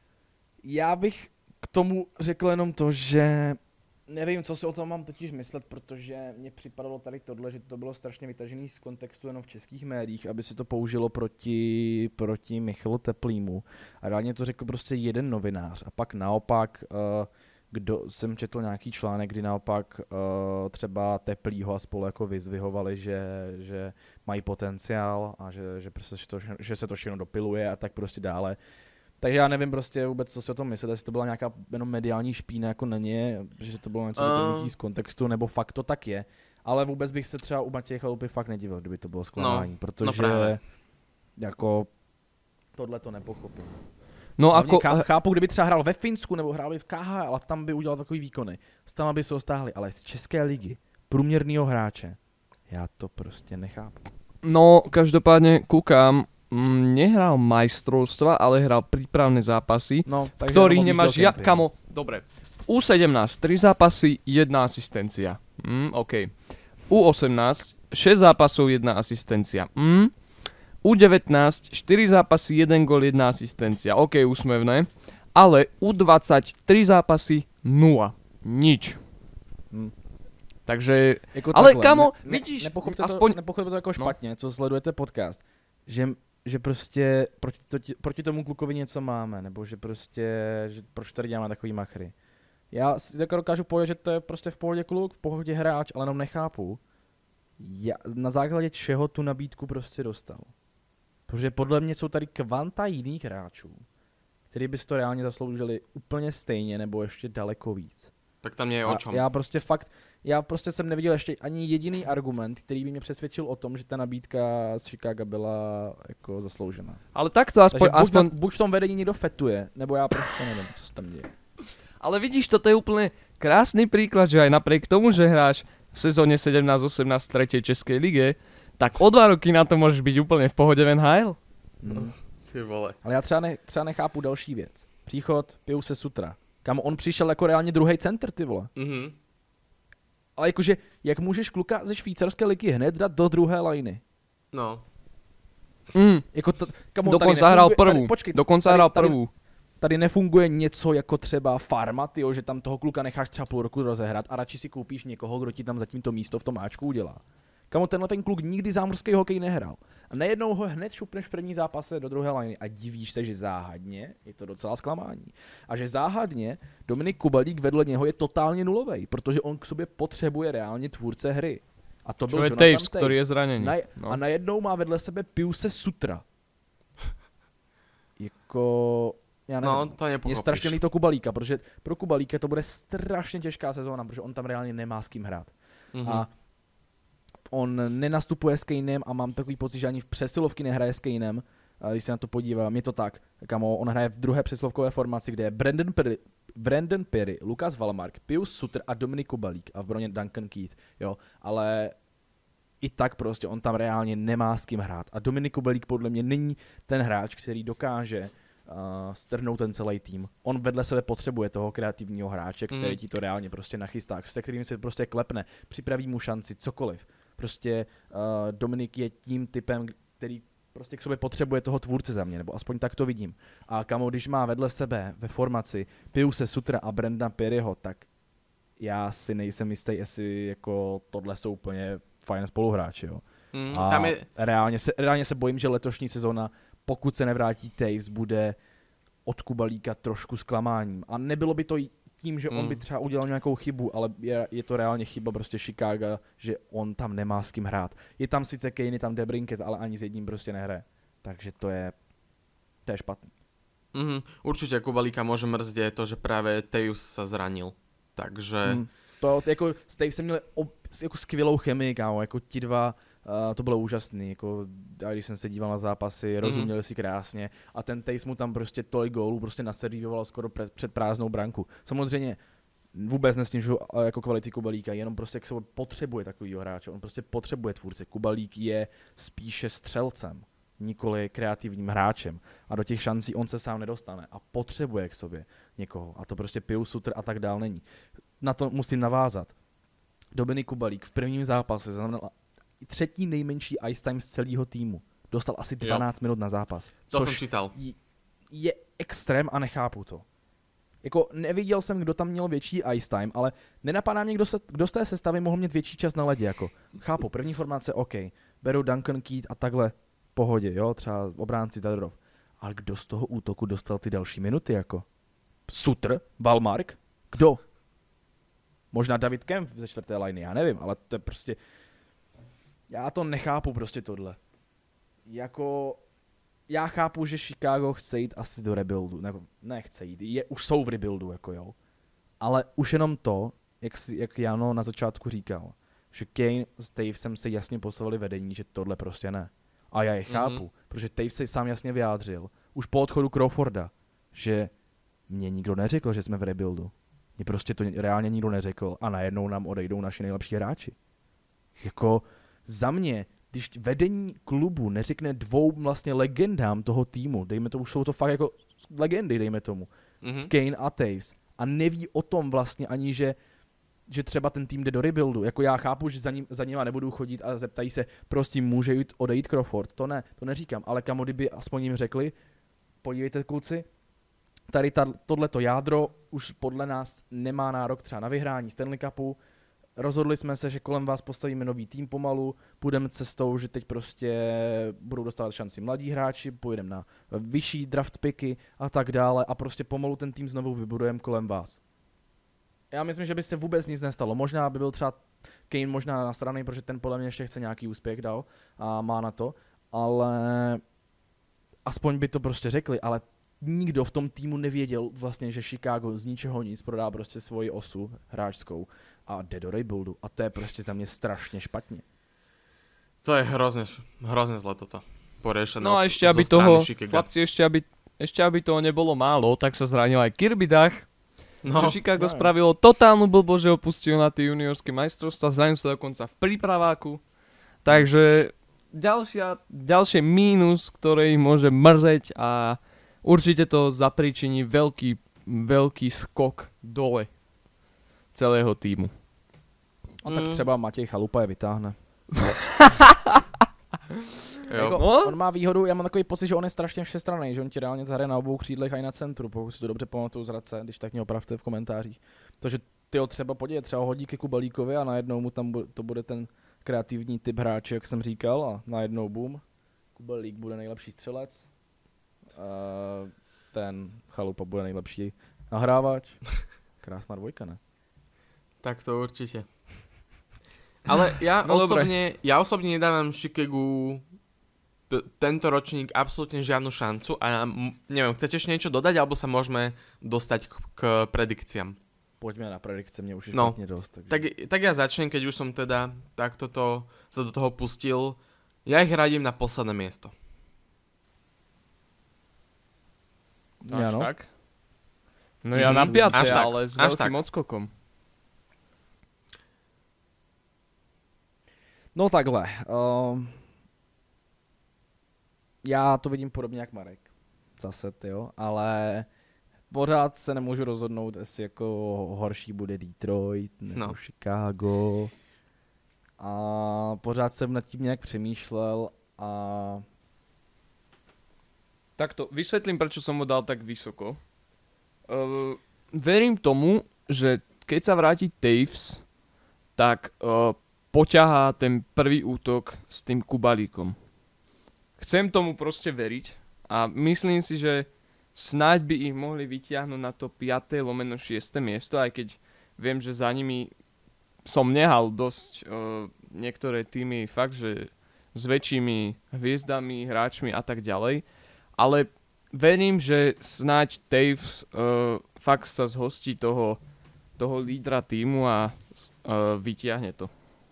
Já bych k tomu řekl jenom to, že nevím, co si o tom mám totiž myslet, protože mně připadalo tady tohle, že to bylo strašně vytažený z kontextu jenom v českých médiích, aby se to použilo proti, proti Michalu Teplýmu. A reálně to řekl prostě jeden novinář. A pak naopak, uh, kdo jsem četl nějaký článek, kdy naopak uh, třeba Teplýho a spolu jako vyzvihovali, že, že mají potenciál a že, že, prostě to, že se to všechno dopiluje a tak prostě dále. Takže já nevím prostě vůbec, co si o tom myslet, jestli to byla nějaká jenom mediální špína jako na ně, že to bylo něco vytrhnutí uh. z kontextu, nebo fakt to tak je. Ale vůbec bych se třeba u Matěje Chalupy fakt nedivil, kdyby to bylo zklamání, no, protože no jako tohle to nepochopím. No ako... Chápu, kdyby třeba hrál ve Finsku nebo hrál by v K H L a tam by udělal takový výkony. S tam by se ho stáhli, ale z České ligy, průměrného hráče, já to prostě nechápu. No, každopádne kúkam, mm, nehral majstrovstva, ale hral prípravné zápasy, no, v ktorých nemáš ja... Kamo, dobre. U sedemnásť tri zápasy, jedna asistencia. Mm, OK. U osemnásť šesť zápasov, jedna asistencia. Mm. U devätnásť štyri zápasy, jeden gól, jedna asistencia. OK, úsmevné. Ale u dvadsaťtri zápasy nula. Nič. Hmm. Takže, jako ale takhle, kamo, ne, vidíš, ne, nepochopte, aspoň... to, nepochopte to jako špatně, no. Co sledujete podcast, že, že prostě proti, to, proti tomu klukovi něco máme, nebo že prostě, že proč tady děláme takový machry. Já si tak dokážu povědět, že to je prostě v pohodě kluk, v pohodě hráč, ale jenom nechápu, já, na základě čeho tu nabídku prostě dostal. Protože podle mě jsou tady kvanta jiných hráčů, který by si to reálně zasloužili úplně stejně, nebo ještě daleko víc. Tak tam nie je o čom. Já prostě fakt, já prostě jsem neviděl ještě ani jediný argument, který by mě přesvědčil o tom, že ta nabídka z Chicaga byla jako zasloužená. Ale tak to aspoň... buď, aspoň... Na, buď v tom vedení někdo fetuje, nebo já prostě nevím, co se tam děje. Ale vidíš, toto je úplne krásny príklad, že aj napriek tomu, že hráš v sezóne sedemnásť osemnásť v tretej Českej lige, tak o dva roky na to môžeš byť úplne v pohode v N H L. Hmm. Ty vole. Ale já třeba, ne, třeba nechápu další věc. Příchod Piuse Sutra. Kam on přišel jako reálně druhý center, ty vole. Mm-hmm. Ale jakože, jak můžeš kluka ze švýcarské ligy hned dát do druhé lajny? No. Mm. Jako to, kamo, dokonce hrál prvú. Počkej, dokonce hrál prvú. Tady nefunguje něco jako třeba farma, tyjo, že tam toho kluka necháš třeba půl roku rozehrát a radši si koupíš někoho, kdo ti tam zatím to místo v tom áčku udělá. Kamo, tenhle ten kluk nikdy zámořský hokej nehrál. A najednou ho hned šupneš v první zápase do druhé liny a divíš se, že záhadně je to docela zklamání. A že záhadně Dominik Kubelík vedle něho je totálně nulovej, protože on k sobě potřebuje reálně tvůrce hry. A to byl Jonathan Toews, který je zraněný. Na, no. A najednou má vedle sebe Piuse Sutra. Jako... Já nevím, no, to mě strašně líto Kubalíka, protože pro Kubalíka to bude strašně těžká sezóna, protože on tam reálně nemá s kým hrát. Mm-hmm. A on nenastupuje s Kanem a mám takový pocit, že ani v přesilovky nehraje s Kanem. A když se na to podívám, je to tak, kamo, on hraje v druhé přesilovkové formaci, kde je Brandon Perry, Brandon Perry, Lukas Wallmark, Pius Suter a Dominik Kubalík a v broně Duncan Keith, jo, ale i tak prostě on tam reálně nemá s kým hrát. A Dominik Kubelík podle mě není ten hráč, který dokáže uh, strhnout ten celý tým. On vedle sebe potřebuje toho kreativního hráče, který mm. ti to reálně prostě nachystá, se kterým se prostě klepne, připraví mu šanci, cokoliv. Prostě uh, Dominik je tím typem, který prostě k sobě potřebuje toho tvůrce za mě, nebo aspoň tak to vidím. A kamo, když má vedle sebe ve formaci Piuse Sutra a Brenda Perryho, tak já si nejsem jistý, jestli jako tohle jsou úplně fajn spoluhráči, jo. Mm, a tam je... reálně, se, reálně se bojím, že letošní sezona, pokud se nevrátí Taves, bude od Kubalíka trošku zklamáním. A nebylo by to tím, že mm. on by třeba udělal nějakou chybu, ale je, je to reálně chyba prostě Chicaga, že on tam nemá s kým hrát. Je tam sice Kane, je tam DeBrincat, ale ani s jedním prostě nehraje. Takže to je, to je špatný. Mm, určitě Kubalíka může mrzdět to, že právě Taves se zranil. Takže... Mm. To jako s Tavesem měli ob, jako skvělou chemii, kámo, jako ti dva, uh, to bylo úžasný, jako když jsem se díval na zápasy, mm. rozuměli si krásně a ten Taves mu tam prostě tolik gólů prostě naservíroval skoro pre, před prázdnou branku. Samozřejmě vůbec nesnižuju jako kvality Kubalíka, jenom prostě k sobě potřebuje takovýho hráče, on prostě potřebuje tvůrce. Kubalík je spíše střelcem, nikoli kreativním hráčem a do těch šancí on se sám nedostane a potřebuje k sobě někoho a to prostě Pius Suter a tak dál není. Na to musím navázat. Dominik Kubalík v prvním zápase znamenal třetí nejmenší ice time z celého týmu. Dostal asi dvanáct jo. minut na zápas. To jsem čítal. Je extrém a nechápu to. Jako neviděl jsem, kdo tam měl větší ice time, ale nenapadá mě, kdo, se, kdo z té sestavy mohl mít větší čas na ledě. Jako. Chápu, první formace OK. Beru Duncan Keith a takhle v pohodě, jo, třeba obránci Tadorov. Ale kdo z toho útoku dostal ty další minuty, jako? Suter? Valmark? Kdo? Možná David Kemp ze čtvrté liney, já nevím, ale to je prostě... Já to nechápu prostě tohle. Jako... Já chápu, že Chicago chce jít asi do rebuildu, ne, ne chce jít, je, už jsou v rebuildu, jako jo. Ale už jenom to, jak, si, jak Jano na začátku říkal, že Kane s Tavesem se jasně postavili vedení, že tohle prostě ne. A já je chápu, mm-hmm. protože Taves se sám jasně vyjádřil, už po odchodu Crawforda, že mě nikdo neřekl, že jsme v rebuildu. Mně prostě to reálně nikdo neřekl a najednou nám odejdou naši nejlepší hráči. Jako za mě, když vedení klubu neřekne dvou vlastně legendám toho týmu, dejme to, už jsou to fakt jako legendy, dejme tomu, mm-hmm. Kane a Taves, a neví o tom vlastně ani, že, že třeba ten tým jde do rebuildu. Jako já chápu, že za, ním, za nima nebudou chodit a zeptají se, prosím, může jít odejít Crawford. To ne, to neříkám, ale kamo, kdyby aspoň jim řekli, podívejte kluci, tady tohleto jádro už podle nás nemá nárok třeba na vyhrání Stanley Cupu. Rozhodli jsme se, že kolem vás postavíme nový tým pomalu, půjdeme cestou, že teď prostě budou dostávat šanci mladí hráči, půjdeme na vyšší draft picky a tak dále a prostě pomalu ten tým znovu vybudujeme kolem vás. Já myslím, že by se vůbec nic nestalo. Možná by byl třeba Kane možná na straně, protože ten podle mě ještě chce nějaký úspěch dal a má na to, ale aspoň by to prostě řekli, ale nikdo v tom týmu nevěděl vlastně, že Chicago z ničeho nic prodá prostě svoji osu hráčskou a jde do rebuildu. A to je prostě za mě strašně špatně. To je hrozně, hrozně zle toto. Poriešené. No a ešte aby toho, chlapci, ešte aby, ešte aby toho nebolo málo, tak sa zranil aj Kirby Dach. No, čo Chicago no. spravilo totálnu blbo, že opustil na tie juniorské majstrovstvá, zranil sa dokonca v prípraváku. Takže ďalšia, ďalšie mínus, ktoré ich môže mrzeť a určite to zapríčiní veľký, veľký skok dole celého týmu. A tak třeba Matěj Chalupa je vytáhne. Jako, on má výhodu, já mám takový pocit, že on je strašně všestranný, že on ti reálně zahraje na obou křídlech a i na centru, pokud si to dobře pamatuju z Hradce, když tak mě opravte v komentářích. Takže tyho třeba podívej, třeba hodí ke Kubalíkovi a najednou mu tam bu- to bude ten kreativní typ hráče, jak jsem říkal, a najednou boom, Kubalík bude nejlepší střelec, uh, ten Chalupa bude nejlepší nahrávač. Krásná dvojka, ne? Tak to určite. Ale ja no osobne, dobre. ja osobne nedávam Chicagu t- tento ročník absolútne žiadnu šancu a m- neviem, chcete ešte niečo dodať, alebo sa môžeme dostať k, k predikciám? Poďme na predikcie, mne už je no, špatne dosť. Takže... Tak, tak ja začnem, keď už som teda takto to, sa do toho pustil. Ja ich radím na posledné miesto. Až no. tak? No ja mm-hmm. na piate, ale s veľkým tak. odskokom. No takhle. Uh, já to vidím podobně jak Marek. Zase, jo, ale pořád se nemůžu rozhodnout, jestli jako horší bude Detroit nebo No. Chicago. A pořád jsem nad tím nějak přemýšlel a... Takto, vysvetlím, prečo som ho dal tak vysoko. Uh, verím tomu, že keď sa vráti Taves, tak uh, poťahá ten prvý útok s tým Kubalíkom. Chcem tomu proste veriť a myslím si, že snáď by ich mohli vytiahnuť na to piate lomeno šieste miesto, aj keď viem, že za nimi som nehal dosť uh, niektoré týmy fakt, že s väčšími hviezdami, hráčmi a tak ďalej. Ale verím, že snáď Taves uh, fakt sa zhostí toho, toho lídra týmu a uh, vytiahne to.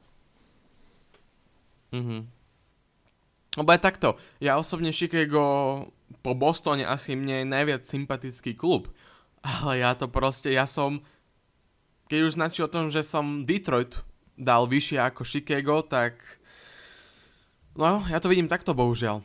Mhm. Lebo aj takto, ja osobne Chicago po Bostone asi mne je najviac sympatický klub. Ale ja to proste, ja som, keď už značí o tom, že som Detroit dal vyššie ako Chicago, tak no, ja to vidím takto bohužiaľ.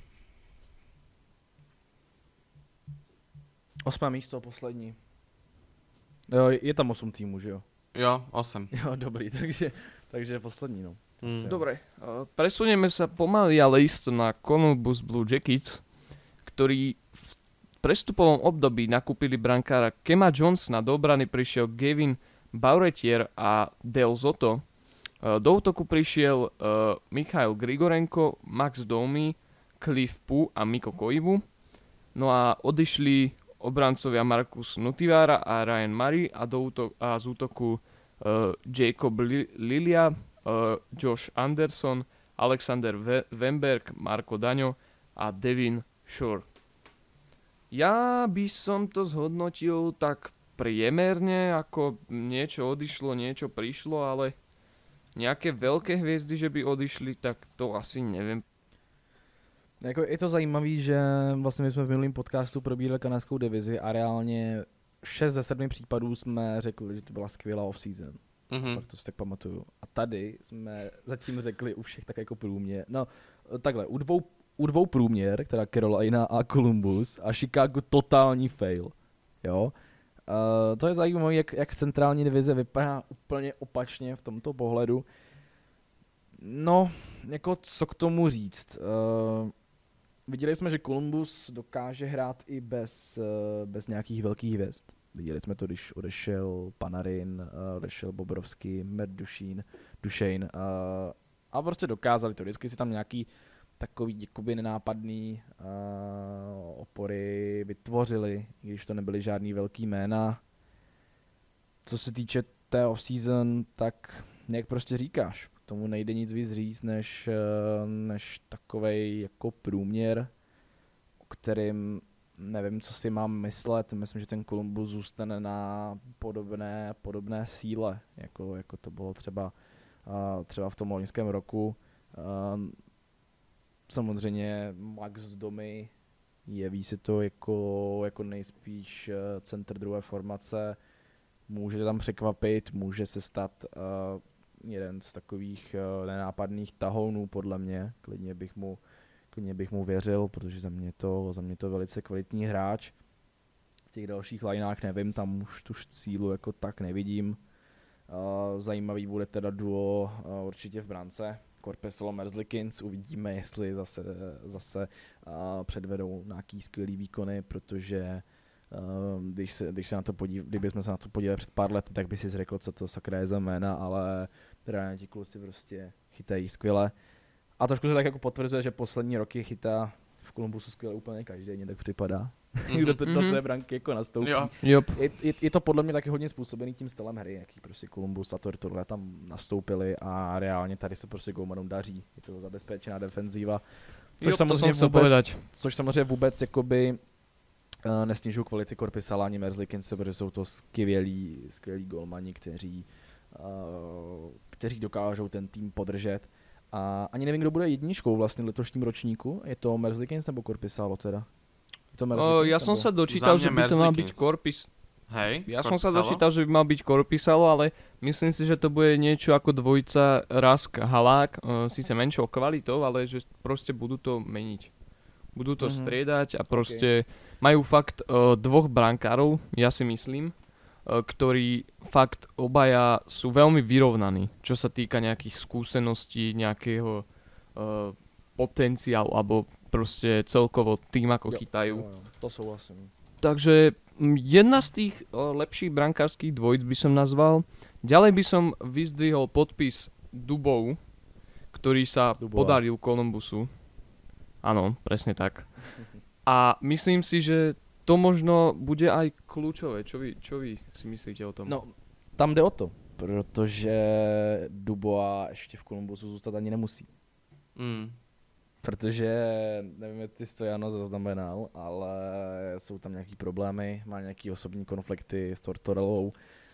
Osmé místo, poslední. Jo, je tam osm týmů, že jo? Jo, osem. Jo, dobrý, takže, takže poslední, no. Mm. Dobre, uh, presunieme sa pomaly, ale isto na Columbus Blue Jackets, ktorí v prestupovom období nakúpili brankára Kema Johnsona, do obrany prišiel Gavin Bauretier a Del Zotto. Uh, do útoku prišiel uh, Michail Grigorenko, Max Domi, Cliff Pu a Mikko Koivu. No a odišli obrancovia Markus Nutivaara a Ryan Murray a, do útok- a z útoku uh, Jacob Li- Lilia, uh, Josh Anderson, Alexander Ve- Wemberg, Marko Daňo a Devin Shore. Ja by som to zhodnotil tak priemerne, ako niečo odišlo, niečo prišlo, ale nejaké veľké hviezdy, že by odišli, tak to asi neviem. Jako je to zajímavé, že vlastně my jsme v minulém podcastu probírali kanadskou divizi a reálně šest ze sedmi případů jsme řekli, že to byla skvělá off-season. Mhm. Tak to si tak pamatuju. A tady jsme zatím řekli u všech tak jako průměr. No takhle, u dvou, u dvou průměr, teda Carolina a Columbus a Chicago totální fail. Jo. Uh, to je zajímavé, jak, jak centrální divize vypadá úplně opačně v tomto pohledu. No, jako co k tomu říct. Uh, viděli jsme, že Columbus dokáže hrát i bez, uh, bez nějakých velkých hvězd. Viděli jsme to, když odešel Panarin, uh, odešel Bobrovský, Matt Duchene, Duchene uh, a prostě dokázali to. Vždycky si tam nějaký takový jakoby nenápadný uh, opory vytvořili, i když to nebyly žádný velký jména. Co se týče té off-season, tak jak prostě říkáš, k tomu nejde nic víc říct, než, než takovej jako průměr, o kterým nevím, co si mám myslet. Myslím, že ten Columbus zůstane na podobné, podobné síle, jako, jako to bylo třeba, uh, třeba v tom loňském roku. Uh, samozřejmě Max Domi jeví se to jako, jako nejspíš uh, centr druhé formace. Může tam překvapit, může se stát uh, jeden z takových uh, nenápadných tahounů podle mě. Klidně bych mu, klidně bych mu věřil, protože za mě to, za mě to velice kvalitní hráč. V těch dalších lineách nevím, tam už tu sílu jako tak nevidím. Uh, zajímavý bude teda duo uh, určitě v brance. Korpisalo Merzlikins, uvidíme, jestli zase, zase uh, předvedou nějaký skvělý výkony, protože Uh, když, se, když se na to podív, kdybychom se na to podívali před pár lety, tak by si řekl, co to sakra je za jména, ale reálně ti kluci prostě chytají skvěle. A trošku se tak jako potvrzuje, že poslední roky chytá v Columbusu skvěle úplně každý, mě tak připadá. Mm-hmm. Kdo to do té branky jako nastoupí. Jo. Yep. Je, je, je, to podle mě taky hodně způsobený tím stylem hry, jaký prostě Columbus a Tortorella tam nastoupili a reálně tady se prostě golmanům daří. Je to zabezpečená defenzíva. Což Yep, samozřejmě to som vůbec, což samozřejmě vůbec jakoby Uh, nesnižují kvality Korpisala ani Merzlikince, protože jsou to skvělí, skvělí golmani, kteří, uh, kteří dokážou ten tým podržet. A ani nevím, kdo bude jedničkou vlastně v letošním ročníku. Je to Merzlikins nebo Korpisalo teda? Je to Uh, ja som sa dočítal, že by to mal byť Korpis. Hej, Ja som sa Korpisalo? dočítal, že by mal byť Korpisalo, ale myslím si, že to bude niečo ako dvojica Rask Halák, uh, síce menšou kvalitou, ale že proste budú to meniť. Budú to Mhm. striedať a proste majú fakt uh, dvoch brankárov, ja si myslím, uh, ktorí fakt obaja sú veľmi vyrovnaní, čo sa týka nejakých skúseností, nejakého uh, potenciálu, alebo proste celkovo tým, ako Jo, chytajú. jo, jo, to souhlasím. Takže mm, jedna z tých o, lepších brankárskych dvojic by som nazval. Ďalej by som vyzdvihol podpis Dubov, ktorý sa Dubovás. podaril Columbusu. Áno, presne tak. A myslím si, že to možno bude aj kľúčové. Čo vy, čo vy si myslíte o tom? No, tam jde o to, protože Dubois ještě v Columbusu zůstat ani nemusí. Mm. Protože, nevím, jestli ty jsi to Jano zaznamenal, ale jsou tam nějaký problémy, má nějaký osobní konflikty s Tortorellou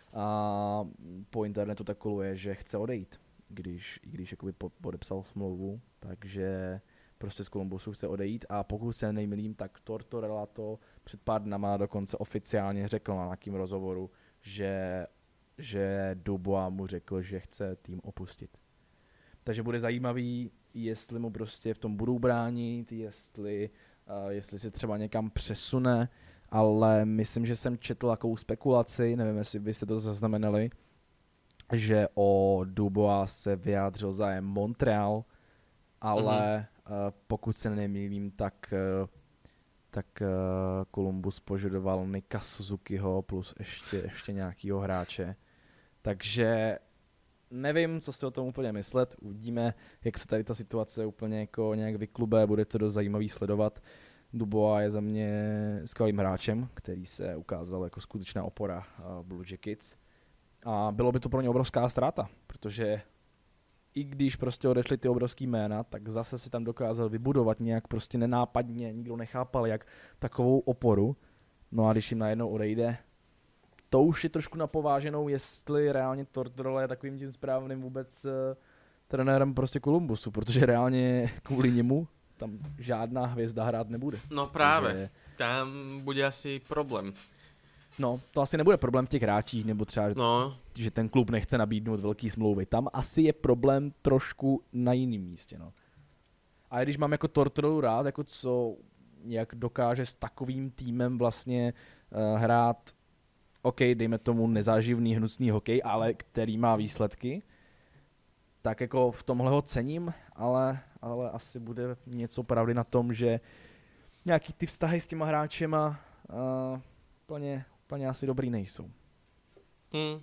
a po internetu tak koluje, že chce odejít, když, i když jakoby po- podepsal smlouvu, takže prostě z Columbusu chce odejít a pokud se nejmilím, tak Tortorella to před pár dnama dokonce oficiálně řekl na nějakým rozhovoru, že, že Dubois mu řekl, že chce tým opustit. Takže bude zajímavý, jestli mu prostě v tom budou bránit, jestli, uh, jestli se třeba někam přesune, ale myslím, že jsem četl takovou spekulaci, nevím, jestli byste to zaznamenali, že o Dubois se vyjádřil zájem Montreal, ale uh, pokud se nemýlím, tak, uh, tak uh, Columbus požadoval Nika Suzukiho plus ještě, ještě nějakýho hráče. Takže nevím, co si o tom úplně myslet, uvidíme, jak se tady ta situace úplně jako nějak vyklube, bude to dost zajímavý sledovat. Dubois je za mě skvělým hráčem, který se ukázal jako skutečná opora uh, Blue Jackets. A bylo by to pro ně obrovská ztráta, protože i když prostě odešly ty obrovský jména, tak zase si tam dokázal vybudovat nějak prostě nenápadně, nikdo nechápal jak takovou oporu. No a když jim najednou odejde, to už je trošku napováženou, jestli reálně Tortorella je takovým tím správným vůbec uh, trenérem prostě Columbusu, protože reálně kvůli němu tam žádná hvězda hrát nebude. No práve, Takže, tam bude asi problém. no, to asi nebude problém v těch hráčích, nebo třeba, No, že ten klub nechce nabídnout velký smlouvy. Tam asi je problém trošku na jiném místě, no. A když mám jako Tortorellu rád, jako co, jak dokáže s takovým týmem vlastně uh, hrát, OK, dejme tomu nezáživný, hnusný hokej, ale který má výsledky, tak jako v tomhle ho cením, ale, ale asi bude něco pravdy na tom, že nějaký ty vztahy s těma hráčema uh, úplně, úplně asi dobrý nejsou. mm.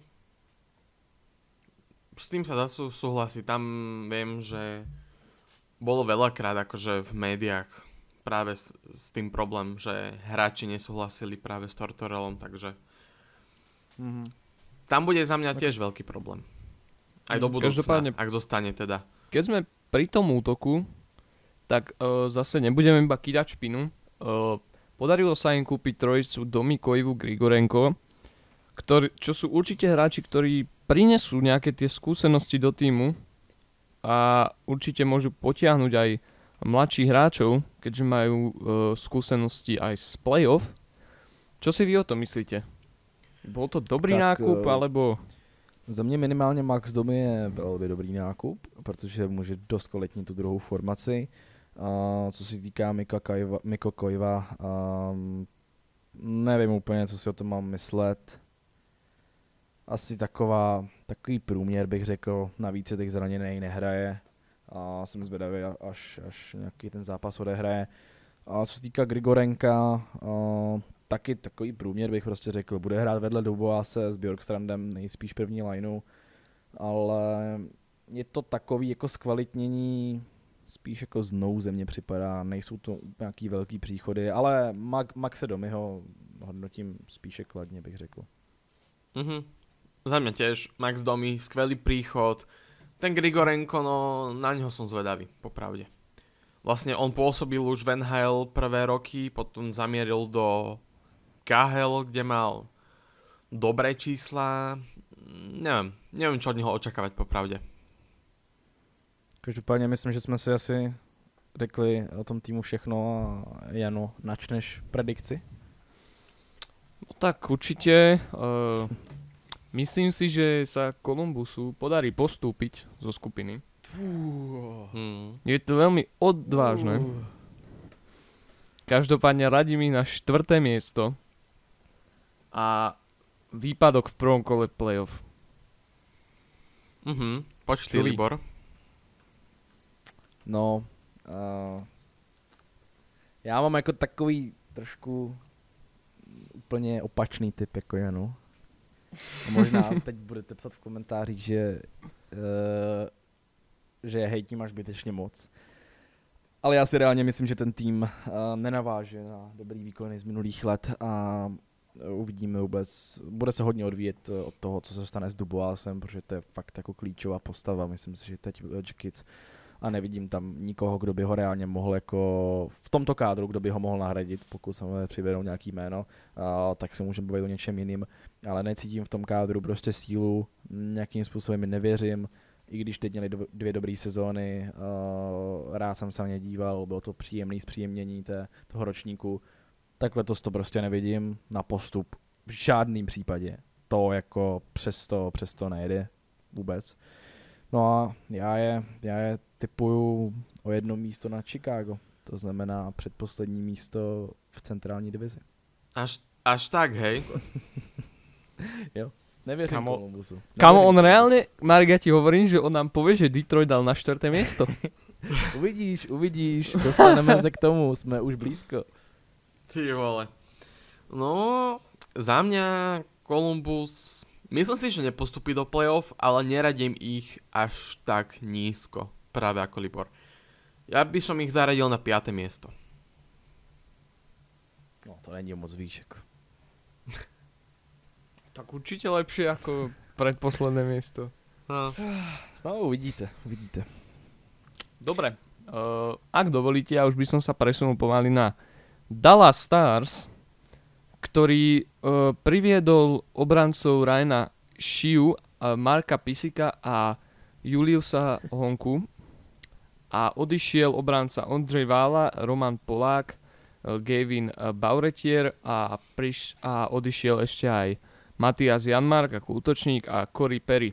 S tým sa dá sú, súhlasiť. Tam viem, že bolo veľakrát akože v médiách práve s, s tým problém, že hráči nesúhlasili práve s Tortorellom, takže Mm-hmm. tam bude za mňa tiež veľký problém. Aj do Mm, budúcna, každopádne- ak zostane teda. Keď sme pri tom útoku, tak uh, zase nebudeme iba kýdať špinu. Uh, podarilo sa im kúpiť trojicu Domi Koivu Grigorenko, ktorý, čo sú určite hráči, ktorí prinesú nejaké tie skúsenosti do týmu a určite môžu potiahnuť aj mladších hráčov, keďže majú uh, skúsenosti aj z playoff. Čo si vy o tom myslíte? Bol to dobrý Tak, nákup, eh, alebo... Za mě minimálně Max Domi je velmi dobrý nákup, protože může dost kvalitnit tu druhou formaci. Uh, co se týká Mika Kajva, Miko Koiva, um, nevím úplně, co si o tom mám myslet. Asi taková, takový průměr bych řekl, navíc je těch zraněnej nehraje. A jsem zvědavý, až, až nějaký ten zápas odehraje. A co se týká Grigorenka, uh, taky takový průměr bych prostě řekl. Bude hrát vedle Duboise s Bjorkstrandem nejspíš první lineu, ale je to takový jako zkvalitnění, spíš jako z nouze mně připadá, nejsou to nějaký velký příchody, ale Mag- Maxe Domiho hodnotím spíše kladně, bych řekl. Mhm. Za mňa tiež Max Domi, skvelý príchod. Ten Grigorenko, no na ňo som zvedavý, popravde. Vlastne on pôsobil už v en há el prvé roky, potom zamieril do ká há el, kde mal dobré čísla. Neviem, neviem čo od neho očakávať, popravde. Každopádně myslím, že jsme si asi řekli o tom týmu všechno a Jano, načneš predikci? No tak určite. Uh, myslím si, že sa Columbusu podarí postúpiť zo skupiny. Hmm. Je to veľmi odvážne. Každopádne radím ich na štvrté miesto a výpadok v prvom kole playoff. Mhm, poď ty, Čo vy? Libor. No, uh, já mám jako takový trošku úplně opačný typ jako Janu. A možná teď budete psat v komentářích, že, uh, že je hejtím až zbytečně moc. Ale já si reálně myslím, že ten tým uh, nenaváže na dobrý výkony z minulých let a uvidíme vůbec, bude se hodně odvíjet od toho, co se stane s Duboisem, protože to je fakt jako klíčová postava, myslím si, že teď Jackets a nevidím tam nikoho, kdo by ho reálně mohl jako v tomto kádru, kdo by ho mohl nahradit, pokud samozřejmě přivedou nějaký jméno, a, tak se můžeme bavit o něčem jiným, ale necítím v tom kádru prostě sílu, nějakým způsobem mi nevěřím, i když teď měli dvě dobré sezóny, uh, rád jsem se na ně díval, bylo to příjemné zpříjemnění té, toho ročníku, tak letos to prostě nevidím na postup v žádném případě, to jako přesto, přesto nejde vůbec. No a já je, já je tipuju o jedno místo na Chicago. To znamená předposlední místo v centrální divizi. Až, až tak, hej? Jo, nevěřím Kamo- Columbusu. Kámo, Nevěřím on Columbusu. reálne, Marek, ja ti hovorím, že on nám povie, že Detroit dal na štvrté miesto. Uvidíš, uvidíš, dostaneme se k tomu, jsme už blízko. Ty vole. No, za mňa Columbus, myslím si, že nepostupí do playoff, ale neradím ich až tak nízko, práve ako Libor. Ja by som ich zaradil na piate miesto. No to není moc výšek. Tak určite lepšie ako predposledné miesto. No. No uvidíte, uvidíte. Dobre, uh, ak dovolíte, ja už by som sa presunul pomaly na Dallas Stars, ktorý uh, priviedol obrancov Ryana Shiu, uh, Marka Pisika a Juliusa Honku a odišiel obranca Ondřej Vála, Roman Polák, uh, Gavin uh, Bauretier a, priš- a odišiel ešte aj Matias Janmark ako útočník a Corey Perry.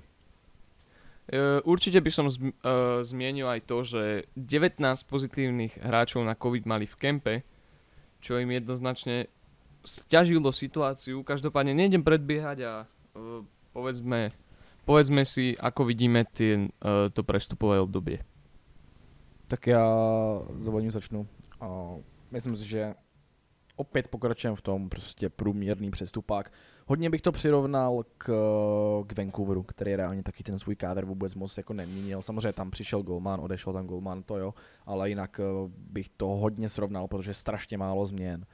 Uh, určite by som zm- uh, zmienil aj to, že devätnásť pozitívnych hráčov na COVID mali v kempe, čo im jednoznačne sťažilo situáciu. Každopádne nejdem predbiehať a uh, povedzme, povedzme si, ako vidíme tie, uh, to prestupové obdobie. Tak já zavodím začnu. A myslím si, že opět pokračujeme v tom prostě průměrný přestupák. Hodně bych to přirovnal k, k Vancouveru, který reálně taky ten svůj kádr vůbec moc jako neměnil. Samozřejmě tam přišel golman, odešel tam golman, to jo, ale jinak bych to hodně srovnal, protože je strašně málo změn.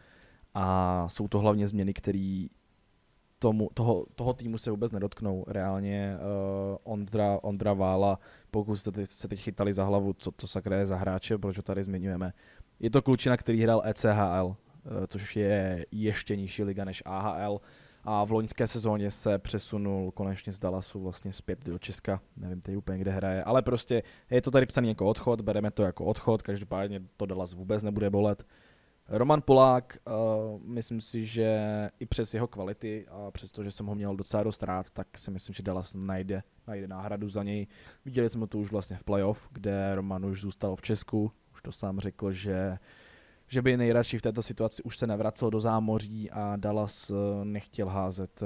A jsou to hlavně změny, které tomu, toho, toho týmu se vůbec nedotknou. Reálně uh, Ondra, Ondra Vála, pokud jste teď, se teď chytali za hlavu, co to sakra je za hráče, proč ho tady zmiňujeme. Je to klučina, který hrál E C H L, uh, což je ještě nižší liga než A H L. A v loňské sezóně se přesunul konečně z Dallasu vlastně zpět do Česka. Nevím teď úplně, kde hraje, ale prostě je to tady psaný jako odchod, bereme to jako odchod, každopádně to Dallas vůbec nebude bolet. Roman Polák, uh, myslím si, že i přes jeho kvality a přesto, že jsem ho měl docela dost rád, tak si myslím, že Dallas najde, najde náhradu za něj. Viděli jsme to už vlastně v playoff, kde Roman už zůstal v Česku, už to sám řekl, že, že by nejradši v této situaci už se nevracel do zámoří a Dallas uh, nechtěl házet uh,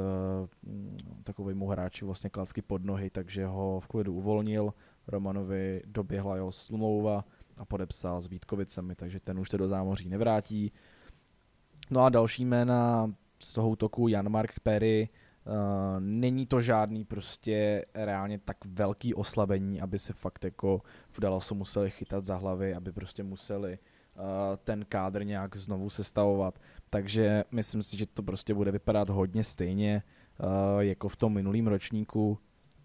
takovému hráči vlastně klacky pod nohy, takže ho v klidu uvolnil. Romanovi doběhla jeho smlouva a podepsal s Vítkovicemi, takže ten už se do zámoří nevrátí. No a další jména z toho útoku Janmark, Perry, uh, není to žádný prostě reálně tak velký oslabení, aby se fakt jako v Dallasu museli chytat za hlavy, aby prostě museli uh, ten kádr nějak znovu sestavovat, takže myslím si, že to prostě bude vypadat hodně stejně uh, jako v tom minulým ročníku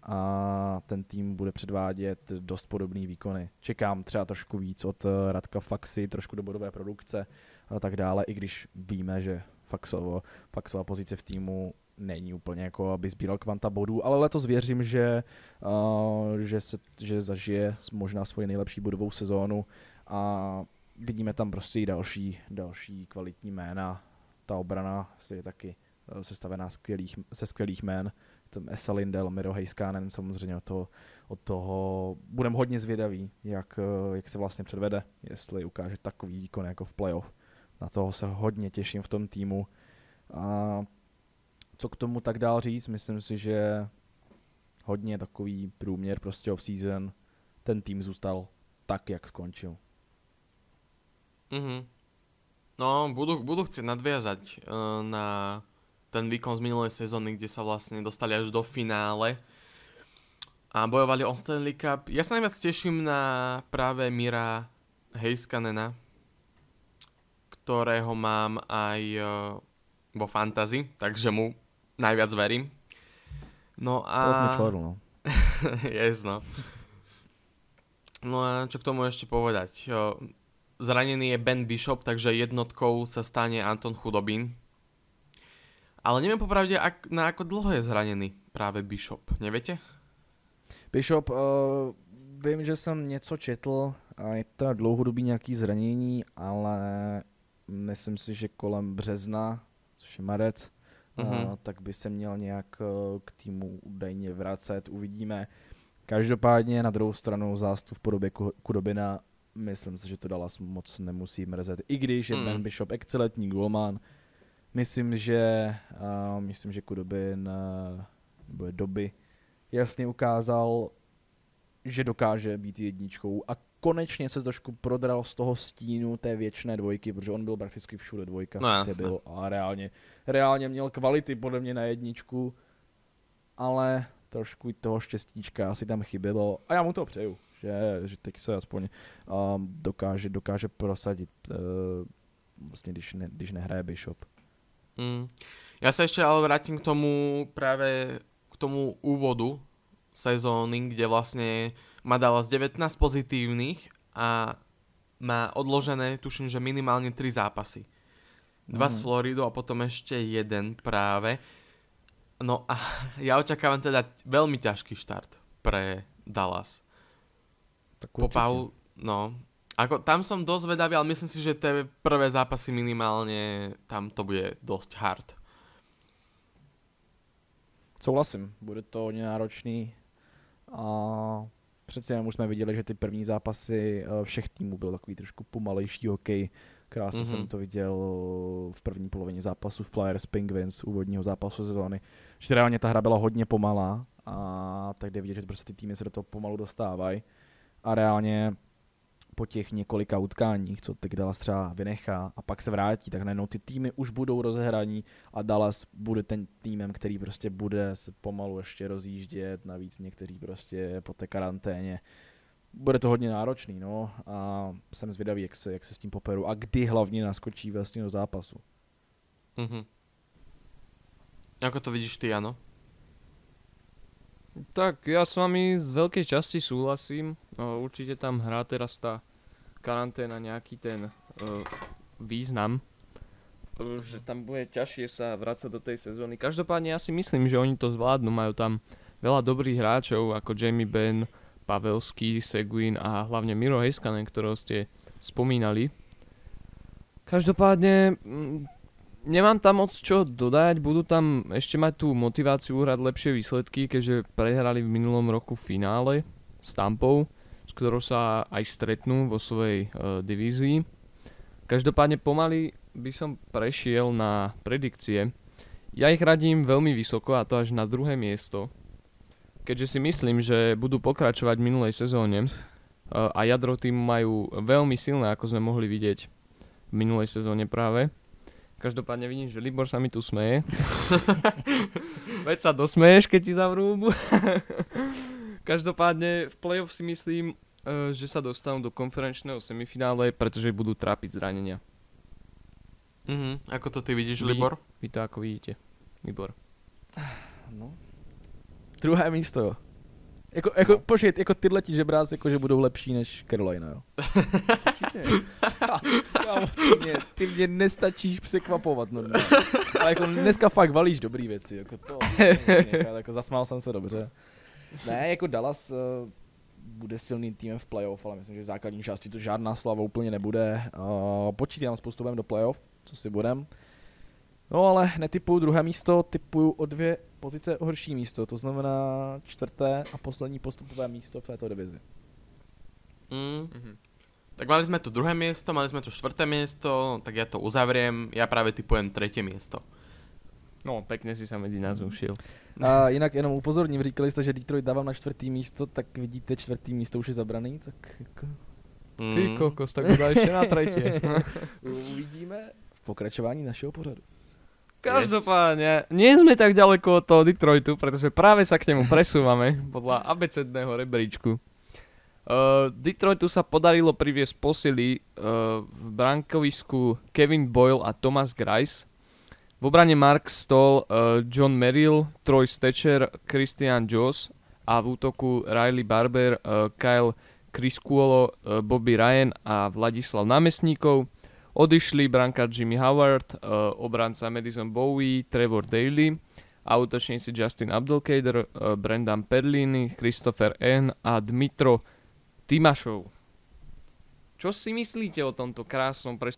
a ten tým bude předvádět dost podobný výkony. Čekám třeba trošku víc od Radka Faxy, trošku do bodové produkce a tak dále, i když víme, že Faxovo, Faxova pozice v týmu není úplně jako, aby sbíral kvanta bodů, ale letos věřím, že, uh, že, se, že zažije možná svoji nejlepší bodovou sezónu a vidíme tam prostě i další, další kvalitní jména. Ta obrana si je taky sestavená skvělých, se skvělých jmén. Tam Esa Lindell, Miro Heiskanen, samozřejmě od toho, od toho budeme hodně zvědaví, jak, jak se vlastně předvede, jestli ukáže takový výkon jako v playoff. Na toho se hodně těším v tom týmu. A co k tomu tak dál říct, myslím si, že hodně takový průměr prostě off-season, ten tým zůstal tak, jak skončil. Mhm. No, budú, budú chcieť nadviazať uh, na ten výkon z minulej sezóny, kde sa vlastne dostali až do finále a bojovali o Stanley Cup. Ja sa najviac teším na práve Mira Heiskanena, ktorého mám aj uh, vo fantasy, takže mu najviac verím. No a... To sme čoril, no. yes, no. No a čo k tomu ešte povedať? Zranený je Ben Bishop, takže jednotkou sa stane Anton Chudobin. Ale neviem popravde, ak, na ako dlho je zranený práve Bishop, neviete? Bishop, uh, vím, že jsem něco četl a je to dlouhodobý nějaký zranění, ale myslím si, že kolem března, což je marec, mm-hmm. uh, tak by se měl nějak uh, k týmu údajně vracet, uvidíme. Každopádně na druhou stranu zástup v podobě Khudobina, myslím si, že to Dallas moc nemusí mrzet. I když je mm. Ben Bishop excelentní golman, myslím, že uh, myslím, že Khudobin uh, nebo doby jasně ukázal, že dokáže být jedničkou a konečně se trošku prodral z toho stínu té věčné dvojky, protože on byl prakticky všude dvojka, no, kde byl a reálně, reálně měl kvality podle mě na jedničku, ale trošku toho štěstíčka asi tam chybělo a já mu to přeju, že, že teď se aspoň um, dokáže, dokáže prosadit, uh, vlastně když, ne, když nehraje Bishop. Mm. Ja sa ešte ale vrátim k tomu práve k tomu úvodu sezóny, kde vlastne má Dallas devätnásť pozitívnych a má odložené, tuším, že minimálne tri zápasy. Dva mm. s Floridou a potom ešte jeden práve. No a ja očakávam teda veľmi ťažký štart pre Dallas. Tak po Paul, no, ako, tam som dosť vedavý, ale myslím si, že tie prvé zápasy minimálne tam to bude dosť hard. Souhlasím, bude to hodně náročný a přece jen už jsme viděli, že ty první zápasy všech týmů byl takový trošku pomalejší hokej. Krásně mm-hmm. jsem to viděl v první polovině zápasu Flyers Penguins, úvodního zápasu sezóny, že reálně ta hra byla hodně pomalá a tak jde vidět, že prostě ty týmy se do toho pomalu dostávají a reálně po těch několika utkáních, co teď Dallas třeba vynechá a pak se vrátí, tak najednou ty týmy už budou rozehraní a Dallas bude ten týmem, který prostě bude se pomalu ještě rozjíždět, navíc někteří prostě po té karanténě. Bude to hodně náročný, no, a jsem zvědavý, jak se, jak se s tím poperu a kdy hlavně naskočí vlastně do zápasu. Mhm. Ako to vidíš ty, Jano? Tak ja s vami z veľkej časti súhlasím. No, určite tam hrá teraz tá karanténa nejaký ten uh, význam, uh, že tam bude ťažšie sa vrácať do tej sezóny. Každopádne ja si myslím, že oni to zvládnu. Majú tam veľa dobrých hráčov ako Jamie Benn, Pavelský, Seguin a hlavne Miro Heiskanen, ktorého ste spomínali. Každopádne mm, nemám tam moc čo dodať, budú tam ešte mať tú motiváciu uhrať lepšie výsledky, keďže prehrali v minulom roku v finále s Tampou, s ktorou sa aj stretnú vo svojej uh, divízii. Každopádne pomaly by som prešiel na predikcie. Ja ich radím veľmi vysoko, a to až na druhé miesto, keďže si myslím, že budú pokračovať v minulej sezóne uh, a jadro týmu majú veľmi silné, ako sme mohli vidieť v minulej sezóne práve. Každopádne vidím, že Libor sa mi tu smeje. Veď sa dosmeješ, keď ti zavrú hubu. Každopádne v playoff si myslím, uh, že sa dostanú do konferenčného semifinále, pretože budú trápiť zranenia. Mhm, ako to ty vidíš, Vy, Libor? Vy to ako vidíte, Libor? No. Druhé místo, jo. Jako, jako, no. Počkej, jako tyhle ti žebráci, jako, že budou lepší než Carolina, jo. Určitě. Kámo, ty, mě, ty mě nestačíš překvapovat, no. Ale jako dneska fakt valíš dobrý věci, jako to. Nechat, jako zasmál jsem se dobře. Ne, jako Dallas uh, bude silným týmem v playoff, ale myslím, že v základní části to žádná slava úplně nebude. Uh, počítám s postupem do playoff, co si budem. No ale netypuju druhé místo, typuju o dvě pozice horší místo, to znamená čtvrté a poslední postupové místo v této divizi. Mm. Mm-hmm. Tak mali sme tu druhé miesto, mali sme tu štvrté miesto, tak ja to uzavriem, ja práve typujem tretie miesto. No, pekne si sa medzi nás ušiel. A jinak jenom upozorním, říkali jste, že Detroit dávám na čtvrtý místo, tak vidíte, čtvrtý místo už je zabraný, tak jako... Mm. Ty kokos, tak dá ešte na tretie. Uvidíme v pokračování našeho pořadu. Každopádne, nie sme tak ďaleko od toho Detroitu, pretože práve sa k nemu presúvame podľa abecedného rebríčku. Uh, Detroitu sa podarilo priviesť posily uh, v brankovisku Kevin Boyle a Thomas Grice. V obrane Mark Stoll, uh, John Merrill, Troy Stetcher, Christian Joss a v útoku Riley Barber, uh, Kyle Criscuolo, uh, Bobby Ryan a Vladislav Námestníkov. Odišli brankár Jimmy Howard, uh, obranca Madison Bowie, Trevor Daly a útočníci Justin Abdelkader, uh, Brendan Perlini, Christopher N. a Dmitro Timašov. Čo si myslíte o tomto krásnom pres...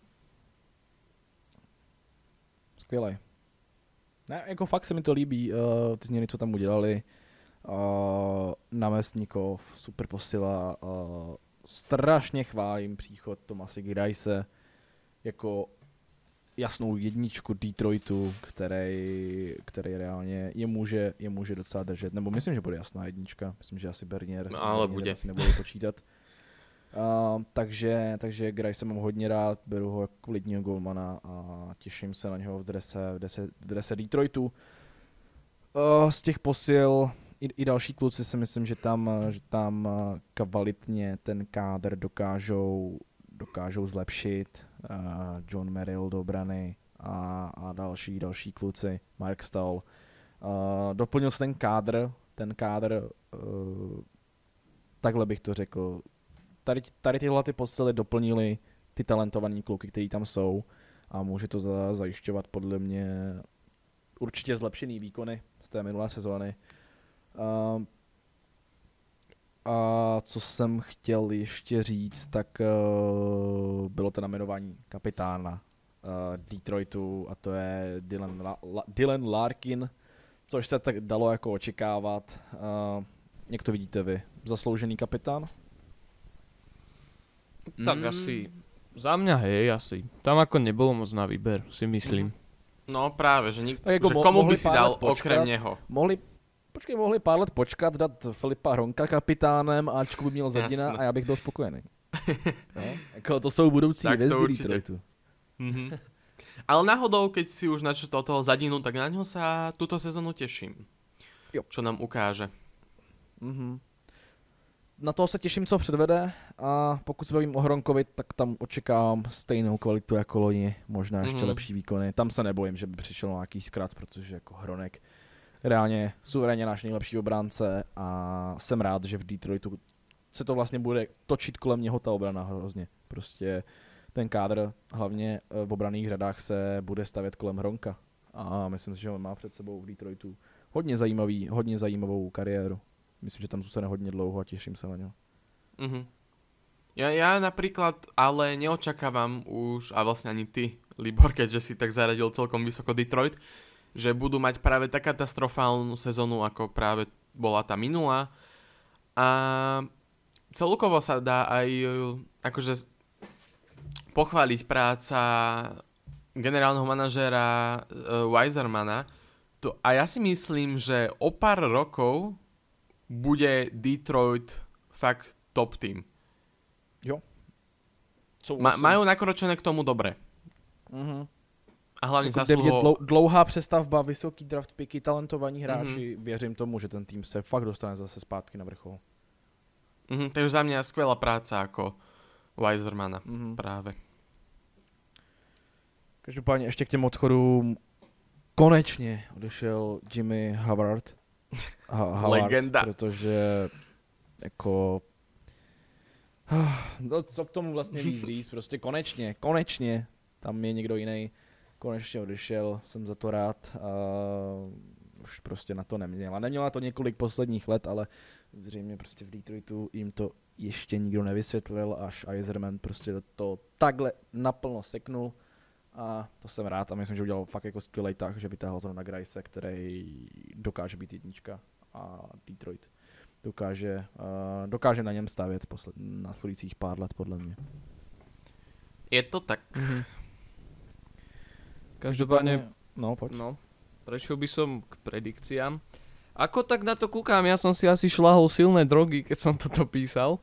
Skvělej. Ne, jako fakt se mi to líbí, uh, ty změny, co tam udělali. Uh, Námestníkov, super posila. Uh, strašně chválím příchod Tomase Grice jako jasnou jedničku Detroitu, který, který reálně je může, je může docela držet. Nebo myslím, že bude jasná jednička. Myslím, že asi Bernier. No, ale Bernier bude. asi nebudu počítat. Uh, takže, takže Grice mám hodně rád, beru ho jako klidního golmana a těším se na něho v drese, v drese, v drese Detroitu. Uh, z těch posil i, i další kluci si myslím, že tam, že tam kvalitně ten kádr dokážou, dokážou zlepšit. Uh, John Merrill do obrany a, a další, další kluci, Mark Stahl. Uh, doplnil se ten kádr, ten kádr, uh, takhle bych to řekl. Tady, tady tyhle ty posily doplnili ty talentovaní kluky, kteří tam jsou a může to za, zajišťovat podle mě určitě zlepšený výkony z té minulé sezóny. Uh, a co jsem chtěl ještě říct, tak uh, bylo to jmenování kapitána uh, Detroitu a to je Dylan, La- La- Dylan Larkin, což se tak dalo jako očekávat. Uh, jak to vidíte vy? Zasloužený kapitán? Tak Mm. asi, za mňa hej, asi. Tam ako nebolo moc na výber, si myslím. No práve, že, nik- Tak jako že mo- komu by mohli si pár dal let počkat. okrem neho? Mohli, počkej, mohli pár let počkat, dát Filipa Hronka kapitánem, Ačku by měl Zadina Jasné. a já bych byl spokojený. No? Jako to jsou budoucí Tak to hvězdy určite. Detroitu. Mhm. Ale náhodou, keď si už načítal toho Zadinu, tak na ňo sa túto sezónu teším. Jo. Čo nám ukáže. Mhm. Na toho se těším, co předvede a pokud se bavím o Hronkovi, tak tam očekávám stejnou kvalitu jako loni, možná ještě Mhm. lepší výkony. Tam se nebojím, že by přišel nějaký zkrat, protože jako Hronek reálně suverénně náš nejlepší obránce a jsem rád, že v Detroitu se to vlastně bude točit kolem něho ta obrana hrozně. Prostě ten kádr hlavně v obranných řadách se bude stavět kolem Hronka a myslím si, že on má před sebou v Detroitu hodně zajímavý, hodně zajímavou kariéru. Myslím, že tam zůstane hodně dlouho a těším se na něho. Mhm. Ja, ja napríklad ale neočakávam už, a vlastne ani ty, Libor, keďže si tak zaradil celkom vysoko Detroit, že budú mať práve tak katastrofálnu sezónu, ako práve bola tá minulá. A celkovo sa dá aj akože pochváliť práca generálneho manažéra uh, Weisermana. To, a ja si myslím, že o pár rokov bude Detroit fakt top tým. Ma, majú nakročené k tomu dobre. Mhm. A hlavně Jako kde vidět zasluho... dlou, dlouhá přestavba, vysoký draft picky, talentovaní hráči, Mhm. věřím tomu, že ten tým se fakt dostane zase zpátky na vrchol. Mhm, takže za mňa skvelá práca ako Weisermana Mhm. práve. Každopádně ještě k těm odchodům konečně odešel Jimmy Howard. Ha- Howard Legenda. Protože jako... No co k tomu vlastně víc říct, prostě konečně, konečně, tam je někdo jiný, konečně odešel, jsem za to rád a už prostě na to neměla. Neměla to několik posledních let, ale zřejmě prostě v Detroitu jim to ještě nikdo nevysvětlil, až Yzerman prostě do toho takhle naplno seknul A to jsem rád a myslím, že udělal fakt jako skvělej tah, že vytáhl to na Grice, který dokáže být jednička a Detroit dokáže, uh, dokáže na něm stavět posled, následujících pár let podle mě. Je to tak. Mhm. Každopádne, no, poď. no, prešiel by som k predikciám. Ako tak na to kúkam, ja som si asi šľahol silné drogy, keď som toto písal.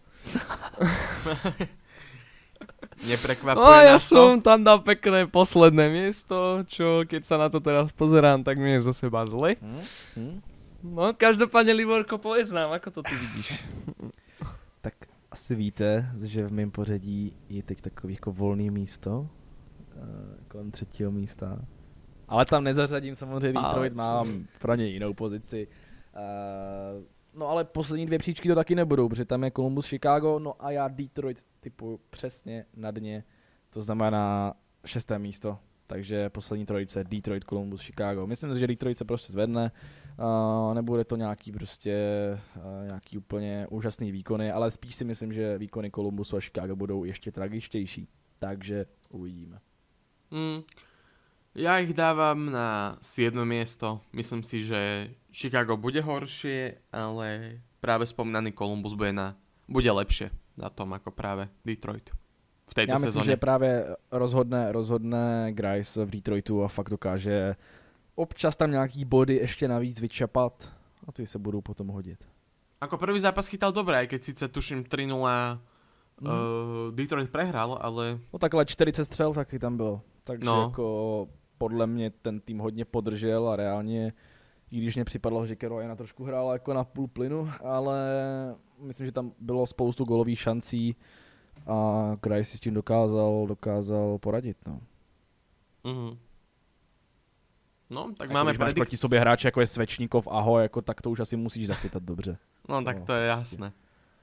Neprekvapuje No ja nás to? som tam dal pekné posledné miesto, čo keď sa na to teraz pozerám, tak mi je zo seba zle. Hm? Hm? No, každopádne, Liborko, povedz nám, ako to ty vidíš. Tak asi víte, že v mém pořadí je teď takový jako volný místo, uh, kolem třetího místa. Ale tam nezařadím samozřejmě Detroit, mám pro ně jinou pozici. Uh, no ale poslední dvě příčky to taky nebudou, protože tam je Columbus, Chicago, no a já Detroit typu přesně na dně, to znamená šesté místo. Takže poslední trojice, Detroit, Columbus, Chicago. Myslím si, že Detroit se prostě zvedne, uh, nebude to nějaký prostě uh, nějaký úplně úžasný výkony, ale spíš si myslím, že výkony Columbusu a Chicago budou ještě tragičtější. Takže uvidíme. Mm. Ja ich dávam na siedme miesto. Myslím si, že Chicago bude horšie, ale práve spomínaný Columbus bude, na, bude lepšie na tom ako práve Detroit v tejto Já myslím, sezóně. že právě rozhodne, rozhodne Grice v Detroitu a fakt dokáže občas tam nějaký body ještě navíc vyčapat a ty se budou potom hodit. Ako prvý zápas chytal dobre, aj keď síce tuším tri nula Mm. uh, Detroit prehral, ale No takhle čtyřicet střel taky tam bylo, takže No. jako podle mě ten tým hodně podržel a reálně, i když mě připadlo, že Carolina trošku hrála jako na půl plynu, ale myslím, že tam bylo spoustu gólových šancí a Grice si s tím dokázal, dokázal poradit. No. uh-huh. No, tak Jako máme když máš predikt... proti sobě hráče jako je Svečníkov, Aho, jako, tak to už asi musíš zachytat dobře. No, tak No, to je prostě. jasné.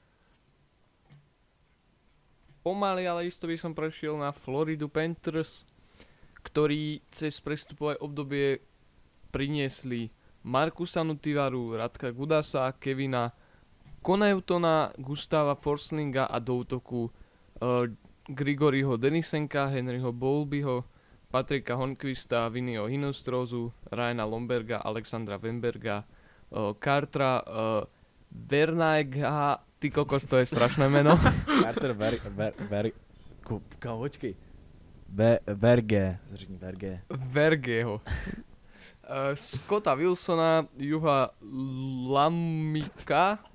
Pomaly, ale isto by som prešiel na Floridu Panthers, ktorí cez prestupové obdobie priniesli Markusa Nutivaru, Radka Gudasa, Kevina Connaughtona, Gustava Forslinga a do útoku uh, Grigoriho Denisenka, Henryho Bowlbyho, Patrika Hornquista, Vinnyho Hinostrozu, Ryana Lomberga, Alexandra Wemberga, uh, Cartera uh, Vernaega, ty kokos, to je strašné meno. Carter Ver... Ver... Ver... Kámo, počkej. Ve, Verge. Řekni Verge. Vergeho. Uh, Scotta Wilsona, Juha Lamika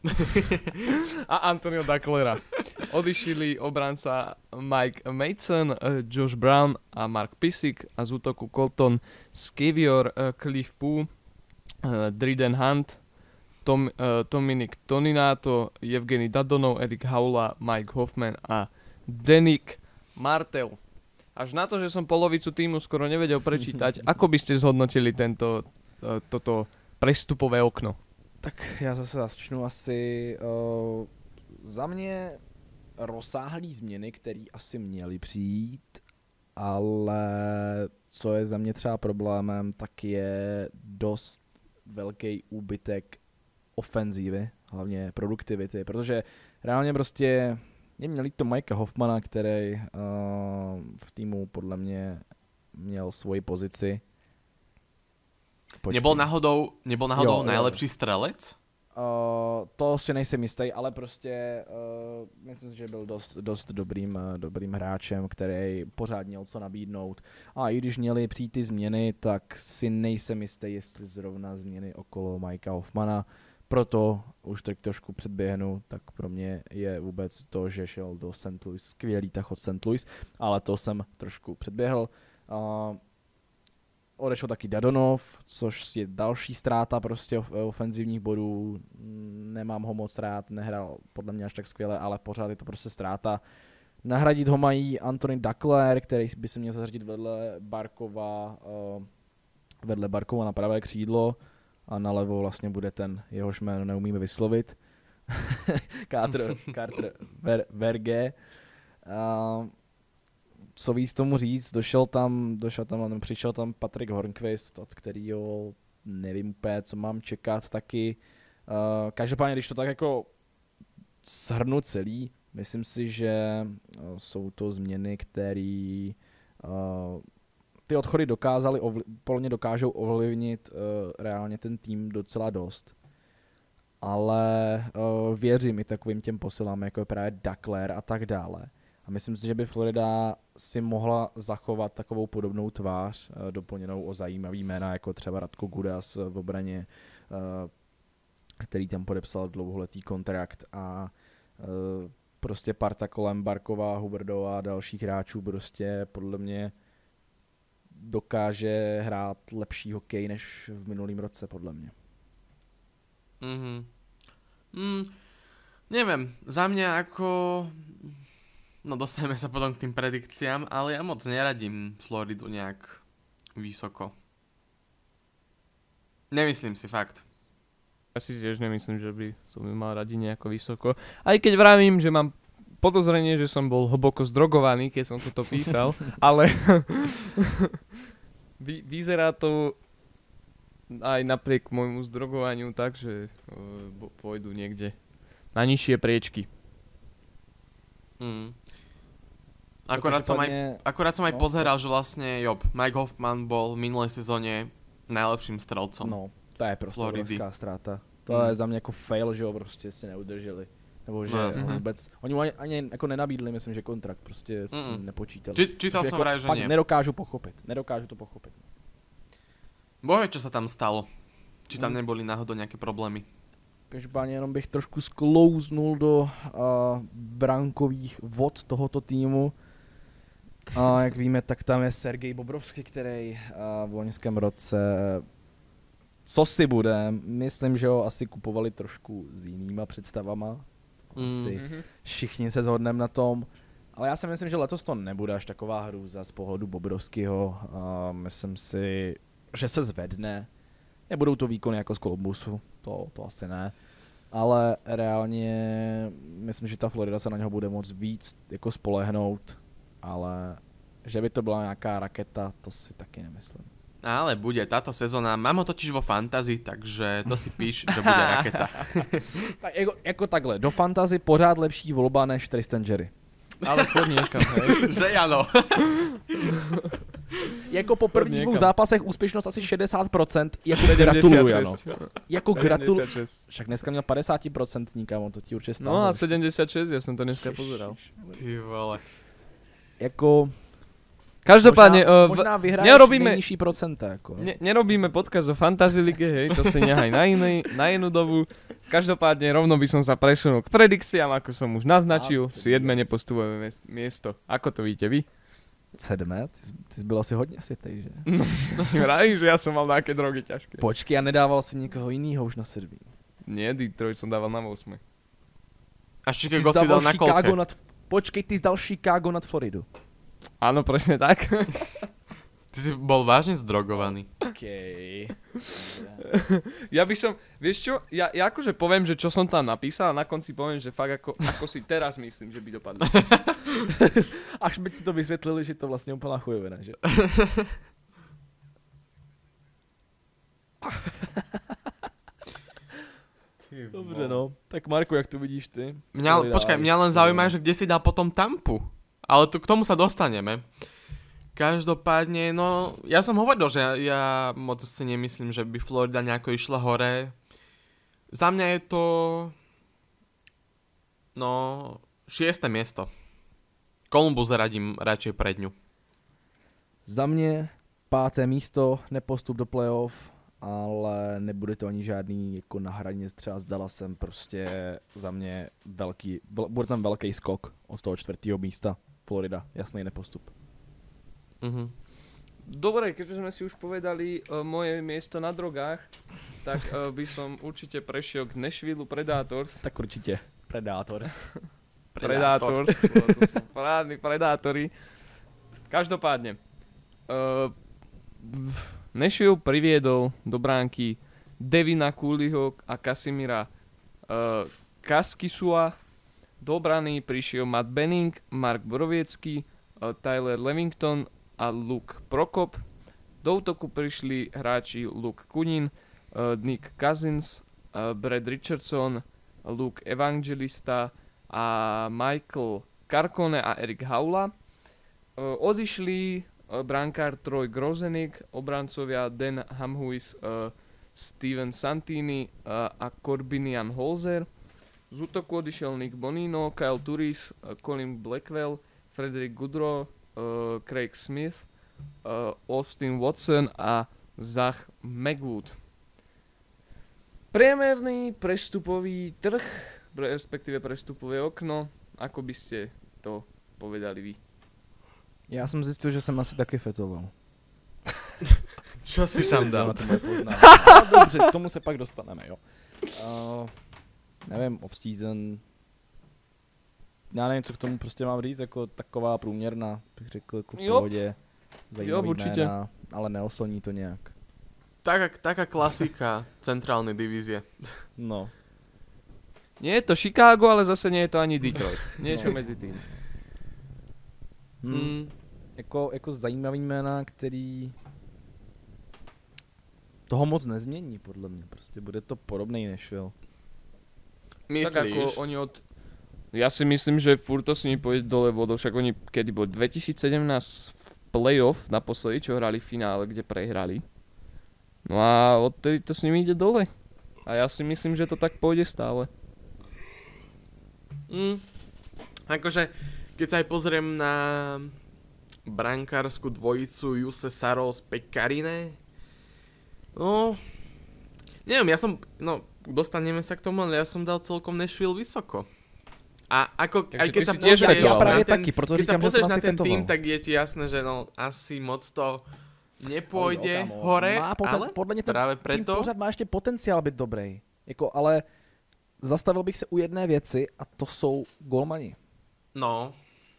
a Antonio Ducklera. Odišli obranca Mike Mason, uh, Josh Brown a Mark Pissick a z útoku Colton Scavior, uh, Cliff Poo, uh, Driden Hunt, Tom, uh, Dominik Toninato, Evgeny Dadonov, Erik Haula, Mike Hoffman a Denik Martel. Až na to, že som polovicu týmu skoro nevedel prečítať, ako by ste zhodnotili tento, uh, toto prestupové okno? Tak já zase začnu asi uh, za mě rozsáhlý změny, které asi měly přijít, ale co je za mě třeba problémem, tak je dost velký úbytek ofenzívy, hlavně produktivity, protože reálně prostě mě měli to Mikea Hoffmana, který uh, v týmu podle mě měl svoji pozici. Počkej. Nebol náhodou, nebol náhodou Jo, jo, najlepší strelec? Uh, to si nejsem jistý, ale prostě uh, myslím si, že byl dost, dost dobrým, uh, dobrým hráčem, který pořád měl co nabídnout. A i když měli přijít ty změny, tak si nejsem jistý, jestli zrovna změny okolo Mikea Hoffmana. Proto už tak trošku předběhnu, tak pro mě je vůbec to, že šel do Saint Louis, skvělý tah od Saint Louis, ale to jsem trošku předběhl. Uh, Odešel taky Dadonov, což je další ztráta prostě of, ofenzivních bodů. Nemám ho moc rád, nehrál podle mě až tak skvěle, ale pořád je to prostě ztráta. Nahradit ho mají Anthony Duckler, který by se měl zařadit vedle Barkova, uh, vedle Barkova na pravé křídlo a nalevo vlastně bude ten, jehož jméno neumíme vyslovit. Carter, Carter Ver, Verge. Uh, Co víc tomu říct, došel tam, došel tam, přišel tam Patrick Hornquist, od kterého nevím úplně, co mám čekat taky. Uh, každopádně, když to tak jako shrnu celý, myslím si, že uh, jsou to změny, které uh, ty odchody dokázali, ovli, podle mě dokážou ovlivnit uh, reálně ten tým docela dost. Ale uh, věřím i takovým těm posilám, jako je právě Duckler a tak dále. A myslím si, že by Florida si mohla zachovat takovou podobnou tvář, uh, doplněnou o zajímavý jména, jako třeba Radko Gudas v obraně, uh, který tam podepsal dlouholetý kontrakt a uh, prostě parta kolem Barkova, Hubbardova a dalších hráčů prostě podle mě dokáže hrát lepší hokej než v minulým roce, podle mě. Mhm. Mm, neviem, za mňa ako... No dostaneme sa potom k tým predikciám, ale ja moc neradím Floridu nejak vysoko. Nemyslím si, fakt. Ja si tiež nemyslím, že by som ju mal radiť nejako vysoko. Aj keď vravím, že mám podozrenie, že som bol hlboko zdrogovaný, keď som toto písal, ale Vy, vyzerá to aj napriek môjmu zdrogovaniu tak, že uh, pôjdu niekde na nižšie priečky. Mm. Akorát, som aj, akorát som aj no, pozeral, že vlastne Job, Mike Hoffman bol v minulej sezóne najlepším strelcom. No, to je prostě obrovská ztráta. To mm. je za mě jako fail, že ho prostě si neudrželi. Nebo že no, vůbec, oni mu ani, ani jako nenabídli, myslím, že kontrakt, prostě s tím mm. nepočítali. Či, čítal som vraj, že pak nie. Nedokážu pochopit, nedokážu to pochopit. Bohe, čo sa tam stalo? Či tam mm. neboli náhodou nějaké problémy? Každopádně jenom bych trošku sklouznul do uh, brankových vod tohoto týmu. A uh, jak víme, tak tam je Sergej Bobrovský, který uh, v loňském roce, co si bude, myslím, že ho asi kupovali trošku s jinýma představama. Asi mm. všichni se shodneme na tom. Ale já si myslím, že letos to nebude až taková hrůza z pohledu Bobrovského. Uh, myslím si, že se zvedne. Nebudou to výkony jako z Columbusu, to, to asi ne. Ale reálně myslím, že ta Florida se na něho bude moc víc jako spolehnout. Ale že by to byla nějaká raketa, to si taky nemyslím. Ale bude, táto sezóna, mám ho totiž vo fantasy, takže to si píš, že bude raketa. Tak jako, jako takhle, do fantasy pořád lepší volba než Tristan Jerry. Ale chod niekam, hej. Že ano. Jako po prvních dvou zápasech úspěšnost asi šedesát procent, jako gratuluju, ano. Jako gratuluju. Však dneska měl padesát procent kámo, to ti určitě stále. No a sedemdesiat šesť, ja som to dneska pozeral. Ty vole. Jako... Každopádne, možná, uh, možná vyhraješ nerobíme, nejnižší procenta. Jako. Ne, nerobíme podcast o Fantasy Lige, hej, to si nehaj na, inej, na inú dobu. Každopádne rovno by som sa presunul k predikciám, ako som už naznačil. Siedme nepostupové miesto. Ako to vidíte vy? Sedmé? Ty, ty jsi byl asi hodně světej, že? No, vraj, že ja som mal nejaké drogy ťažké. Počkej, a nedával si nikoho jinýho už na sedmý. Nie, Detroit som dával na osme. A Chicago si dal na kolke? Nad, počkej, ty jsi dal Chicago nad Floridu. Áno, presne tak. Ty si bol vážne zdrogovaný. Okej. Ja by som, vieš čo, ja, ja akože poviem, že čo som tam napísal a na konci poviem, že fakt ako, ako si teraz myslím, že by dopadlo. Až by ti to vysvětlili, že to vlastně úplná chujovina, že? Dobře no, tak Marko, jak to vidíš ty? Mňa, počkaj, mňa len zaujíma, že kde si dal potom Tampu. Ale tu, k tomu sa dostaneme. Každopádne, no, ja som hovoril, že ja, ja moc si nemyslím, že by Florida nejako išla hore. Za mňa je to, no, šieste miesto. Columbus radím radšej pred ňu. Za mě páté místo, nepostup do playoff, ale nebude to ani žádný jako na hraně třeba s Dallasem, prostě za mě velký, bude tam velký skok od toho čtvrtého místa. Florida, jasný nepostup. Uh-huh. Dobre, keďže sme si už povedali uh, moje miesto na drogách, tak uh, by som určite prešiel k Nashville Predators. Tak určite, Predators. Predators, Predators. To sú parádni Predátori. Každopádne, uh, Nashville priviedol do bránky Devina Cooleyho a Casimira uh, Kaskisua. Do obrany prišiel Matt Benning, Mark Borowiecki, uh, Tyler Levington a Luke Prokop. Do útoku prišli hráči Luke Kunin, uh, Nick Cousins, uh, Brad Richardson, Luke Evangelista a Michael Carcone a Erik Haula. Uh, odišli brankár Troy Grozenik, obrancovia Dan Hamhuis, uh, Steven Santini uh, a Corbinian Holzer. Z útoku odišiel Nick Bonino, Kyle Turris, uh, Colin Blackwell, Frederick Goodrow, uh, Craig Smith, uh, Austin Watson a Zach Magwood. Priemerný prestupový trh, respektíve prestupové okno, ako by ste to povedali vy? Já jsem zjistil, že jsem asi taky fetoval. Čo si tam dal? No, dobře, k tomu se pak dostaneme, jo. Uh, nevím, off-season. Já nevím, co k tomu prostě mám říct, jako taková průměrná, bych řekl, jako v pohodě. Zajímavý jména, ale neoslní to nějak. Taká, taká klasika centrálnej divízie. No. Nie je to Chicago, ale zase nie je to ani Detroit. Niečo no. Mezi tým. Hmm. Mm. Jako, jako zajímavý jména, který toho moc nezmění, podle mě. Prostě bude to podobnej Nashville. Myslíš? Tak ako oni od... Ja si myslím, že furt to s nimi pôjde dole vodou, však oni kedy boli dvetisícsedemnásť v playoff naposledy, čo hrali v finále, kde prehrali. No a odtedy to s nimi ide dole. A ja si myslím, že to tak pôjde stále. Mm. Akože, keď sa aj pozriem na brankárskú dvojicu Juuse Saros Pekkarinen, no, neviem, ja som, no, dostaneme sa k tomu, ale ja som dal celkom Nashville vysoko. A ako, takže aj keď sa pozrieš ja na práve ten, taky, proto keď říkám, sa pozrieš že som na asi ten fentoval. tým, tak je ti jasné, že no, asi moc to nepôjde Jo, kámo, hore, má poten- ale podle mě ten práve tým preto... pořád má ještě potenciál být dobrý. Jako, ale zastavil bych se u jedné věci a to jsou golmani. No.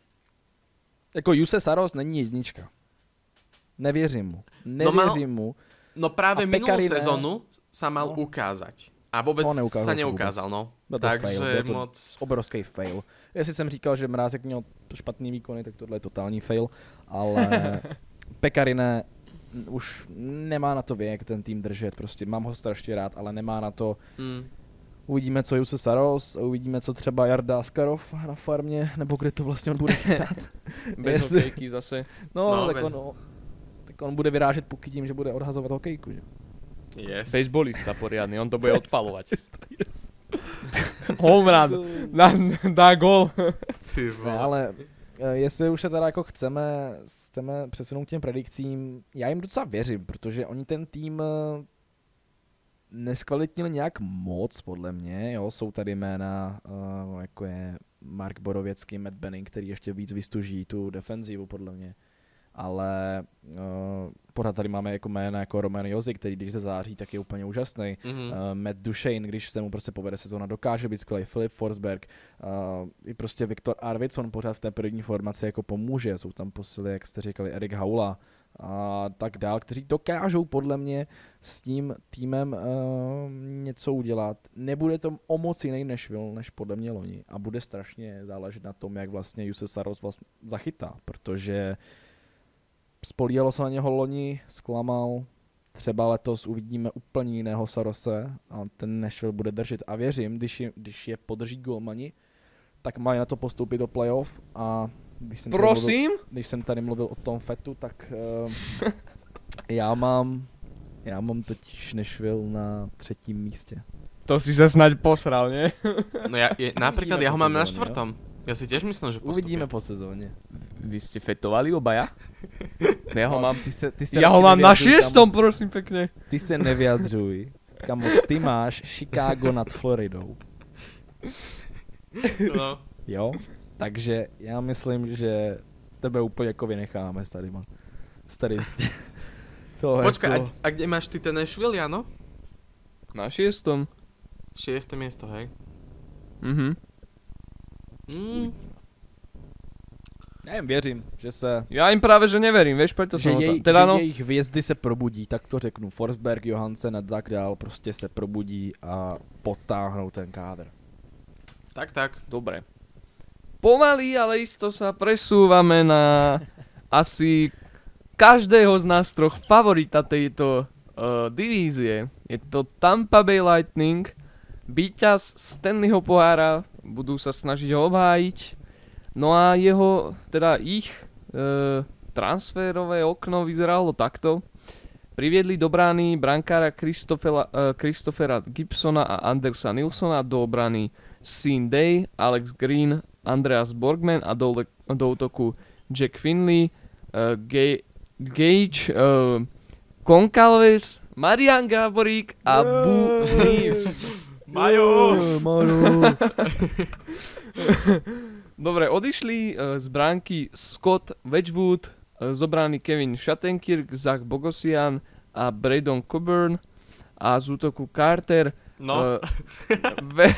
Jako Juuse Saros není jednička. Nevěřím mu. Nevěřím no mal, mu. No práve minulú Pekkarinen, sezónu sa mal no. ukázať. A vôbec No, neukázal sa se neukázal, vůbec. no. Byl to Takže fail, byl to moc... obrovský fail. Jestli jsem říkal, že Mrázek měl špatný výkony, tak tohle je totální fail. Ale Pekkarinen už nemá na to věk ten tým držet. Prostě mám ho strašně rád, ale nemá na to. Mm. Uvidíme, co Juuse Saros, uvidíme, co třeba Jarda Askarov na farmě, nebo kde to vlastně on bude chytat. Bez Jestli- hokejky zase. No, No, tak, bez- on, no, tak on bude vyrážet puky tím, že bude odhazovat hokejku. Že? Yes. Baseballista poriadny, on to bude odpalovať. Yes. Home run, dá, dá gól. Ty Ne, vole. ale eh, jestli už se teda jako chceme, chceme přesunout k těm predikcím, já jim docela věřím, protože oni ten tým eh, neskvalitnili nějak moc, podle mě, jo, jsou tady jména, uh, jako je Mark Borověcký, Matt Benning, který ještě víc vystuží tu defenzivu, podle mě, ale uh, pořád tady máme jako jména jako Roman Josi, který když se září, tak je úplně úžasný, Mhm. uh, Matt Duchene, když se mu prostě povede sezóna, dokáže být skvělý, Filip Forsberg, uh, i prostě Viktor Arvidsson pořád v té první formaci jako pomůže, jsou tam posily, jak jste říkali, Erik Haula, a tak dál, kteří dokážou podle mě s tím týmem uh, něco udělat. Nebude to o moc jiný Nashville, než podle mě loni a bude strašně záležet na tom, jak vlastně Juuse Saros vlastně zachytá, protože spolíhalo se na něho loni, zklamal, třeba letos uvidíme úplně jiného Sarose a ten Nashville bude držet a věřím, když je, když je podrží golmani, tak mají na to postoupit do playoff a když jsem tady mluvil, Prosím? když jsem tady mluvil o tom fetu, tak uh, já mám já mám totiž Nashville na třetím místě. To si sa snáď posral, nie? No ja, je, napríklad ja ho po mám na sezóne, štvrtom. Ja si tiež myslím, že postupí. Uvidíme po sezóně. Vy ste fetovali obaja? Ja ho mám, ty se, ty se ja ho radši mám na nevyjadřuj, šiestom, kamo. prosím pekne. Ty se nevyjadřuj. Kamo, ty máš Chicago nad Floridou. No. Jo? Takže já myslím, že tebe úplně jako vynecháme s tadyma. S tady s tě- to Počkaj, jako... a, a kde máš ty ten Nashville, Jano? Na šiestom. Šieste miesto, hej? Mhm. Mm. Nevím, věřím, že se... Ja im práve, že neverím, vieš, preto že, som jej, ho teda že no, jejich hvězdy se probudí, tak to řeknu. Forsberg, Johansen a tak dál prostě se probudí a potáhnou ten kádr. Tak, tak. dobre. Pomaly, ale isto sa presúvame na asi každého z nás troch favorita tejto uh, divízie. Je to Tampa Bay Lightning, víťaz Stanleyho pohára, budú sa snažiť ho obhájiť. No a jeho, teda ich uh, transferové okno vyzeralo takto. Priviedli do brány brankára Christophera, uh, Christophera Gibsona a Andersa Nilsona, do obrany Sean Day, Alex Green, Andreas Borgman a do, do útoku Jack Finley, uh, Ga- Gage, uh, Goncalves, Marian Gáborík a yeah. Bu Neves. Majo! Majo! Dobre, odišli uh, z bránky Scott Wedgwood, uh, zobraný Kevin Shattenkirk, Zach Bogosian a Braydon Coburn a z útoku Carter. No. Uh, ve-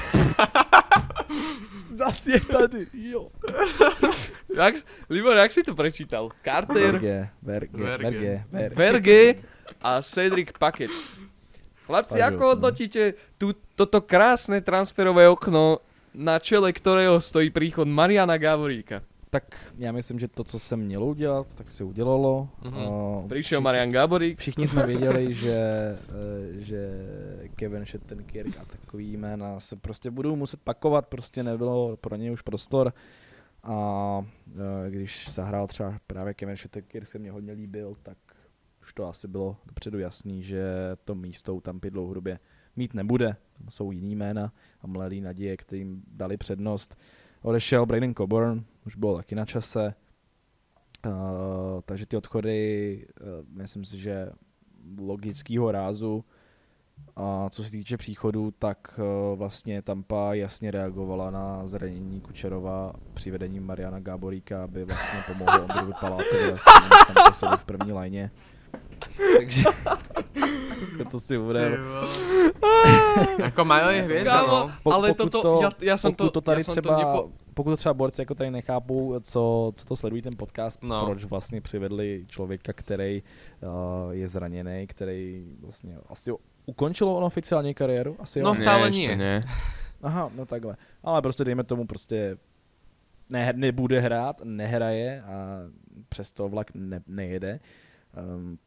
Zas je tady, jo. jak, Libor, jak si to prečítal? Carter, Verge, Verge, Verge, Verge. Verge a Cedric Paquet. Chlapci, Pažo, ako no. hodnotíte tú, toto krásne transferové okno, na čele ktorého stojí príchod Mariana Gáboríka? Tak já myslím, že to, co se mělo udělat, tak se udělalo. Mm-hmm. Uh, Prišiel všichni, Marian Gáborík. Všichni jsme věděli, že, uh, že Kevin Shattenkirk a takový jména se prostě budou muset pakovat, prostě nebylo pro ně už prostor. A uh, když zahrál třeba právě Kevin Shattenkirk, se mě hodně líbil, tak už to asi bylo dopředu jasný, že to místo u Tampy dlouhodobě mít nebude. Tam jsou jiný jména a mladý naděje, kterým dali přednost. Odešel Braydon Coburn, už bylo taky na čase. Uh, takže ty odchody, uh, myslím si, že logického rázu. A co se týče příchodu, tak uh, vlastně Tampa jasně reagovala na zranění Kučerova přivedením Mariana Gáboríka, aby vlastně pomohl Ondrovi Palátovi vlastně v první lajně. Takže to, co si bude. Jako Majo je hvězda, no. Po, ale pokud toto, to, ja, ja som pokud to, to tady ja som třeba, to nepo... pokud to třeba borci jako tady nechápou, co, co to sledují ten podcast, no. Proč vlastně přivedli člověka, který uh, je zraněný, který vlastně asi ukončilo on oficiálně kariéru? Asi no jo? stále nie. nie. nie. Aha, no takhle. Ale prostě dejme tomu prostě ne, nebude hrát, nehraje a přesto vlak ne, nejede. Um,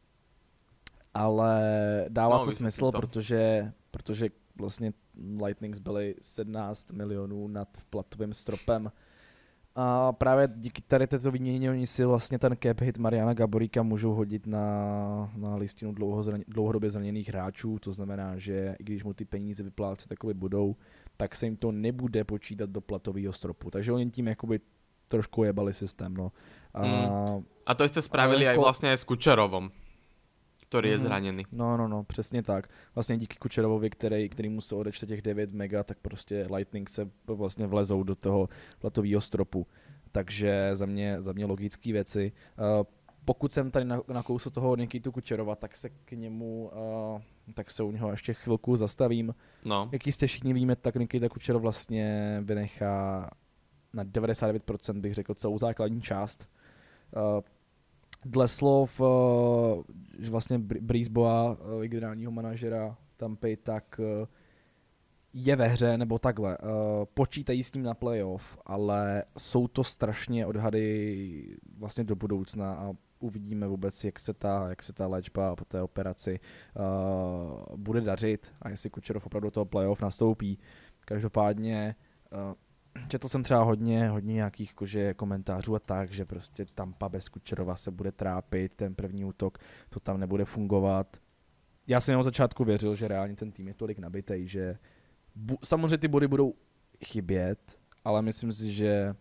ale dává no, to smysl, to. protože, protože vlastně Lightnings byly sedmnáct milionů nad platovým stropem. A právě díky tady této výměně oni si vlastně ten cap hit Mariana Gáboríka můžou hodit na, na listinu dlouho zraně, dlouhodobě zraněných hráčů, to znamená, že i když mu ty peníze vyplácet jakoby budou, tak se jim to nebude počítat do platového stropu. Takže oni tím jakoby trošku jebali systém. No. A, mm. a to jste spravili jako... aj vlastně s Kučerovom, který je mm. zraněný. No, no, no, přesně tak. Vlastně díky Kučerovovi, který, který mu se odečte těch devět mega, tak prostě Lightning se vlastně vlezou do toho platového stropu. Takže za mě, za mě logické věci. Uh, pokud jsem tady na, na kousu toho Nikitu Kučerova, tak se k němu, uh, tak se u něho ještě chvilku zastavím. No. Jak jistě všichni víme, tak Nikita Kučerov vlastně vynechá na devadesát devět procent bych řekl celou základní část. Uh, Dle slov uh, že vlastně Briseboa, uh, generálního manažera Tampy, tak uh, je ve hře, nebo takhle. Uh, počítají s ním na playoff, ale jsou to strašně odhady vlastně do budoucna a uvidíme vůbec, jak se ta, jak se ta léčba po té operaci uh, bude dařit a jestli Kučerov opravdu do toho playoff nastoupí. Každopádně uh, četl jsem třeba hodně, hodně nějakých kože, komentářů a tak, že prostě Tampa bez Kučerova se bude trápit, ten první útok, to tam nebude fungovat. Já jsem od začátku věřil, že reálně ten tým je tolik nabitej, že bu- samozřejmě ty body budou chybět, ale myslím si, že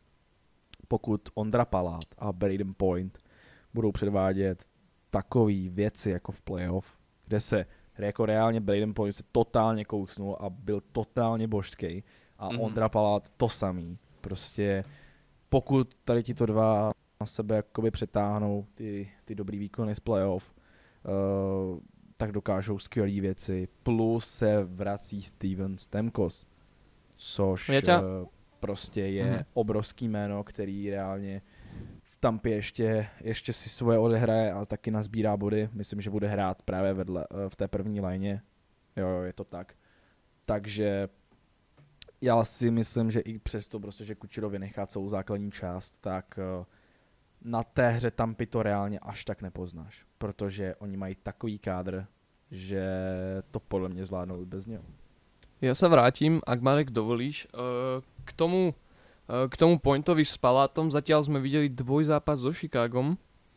pokud Ondra Palát a Braden Point budou předvádět takové věci jako v playoff, kde se jako reálně Braden Point se totálně kousnul a byl totálně božský, a mm-hmm. Ondra Palát to samý. Prostě pokud tady tito dva na sebe jakoby přetáhnou ty, ty dobrý výkony z playoff, uh, tak dokážou skvělé věci. Plus se vrací Steven Stamkos, což uh, prostě je mm-hmm. obrovský jméno, který reálně v Tampě ještě, ještě si svoje odehraje a taky nazbírá body. Myslím, že bude hrát právě vedle, uh, v té první lajně. Jo, jo, je to tak. Takže já si myslím, že i přesto, prostě, že Kučerovi nechá celou základní část, tak na té hře Tampy to reálně až tak nepoznáš, protože oni mají takový kádr, že to podle mě zvládnou bez něho. Ja sa vrátim, ak Marek dovolíš, k tomu, k tomu Pointovi s Palátom. Zatiaľ sme videli dvojzápas so Chicagom.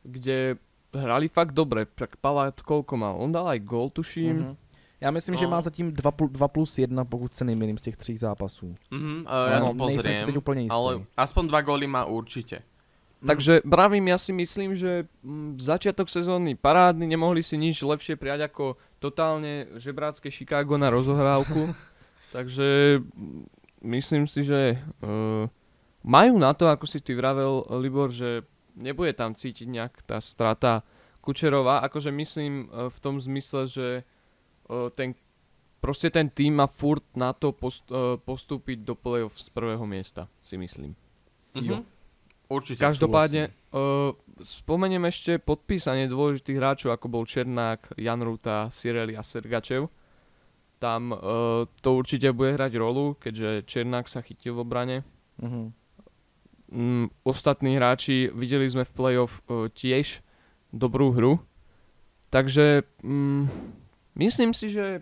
kde hrali fakt dobre. Tak Pavard koľko mal? On dal aj gól, tuším. Mm-hmm. Já myslím, no. že má zatím dva plus jedna, pokud se nemýlím z těch tří zápasů. Mhm, uh, ja to pozriem, nejsem si teď úplně jistý. ale aspoň dva góly má určite. Takže bravím, ja si myslím, že mm, začiatok sezóny parádny, nemohli si nič lepšie prijať ako totálne žebrácké Chicago na rozohrávku. Takže mm, myslím si, že uh, majú na to, ako si ty vravel, Libor, že nebude tam cítiť nejak tá strata Kučerova. Akože myslím uh, v tom zmysle, že uh, ten, proste ten tým má furt na to post, uh, postúpiť do play-off z prvého miesta, si myslím. Mhm. Jo. Určite. Každopádne, uh, spomeniem ešte podpísanie dôležitých hráčov, ako bol Černák, Jan Ruta, Sireli a Sergačev. Tam uh, to určite bude hrať rolu, keďže Černák sa chytil v obrane. Uh-huh. Um, ostatní hráči, videli sme v play-off uh, tiež dobrú hru. Takže um, myslím si, že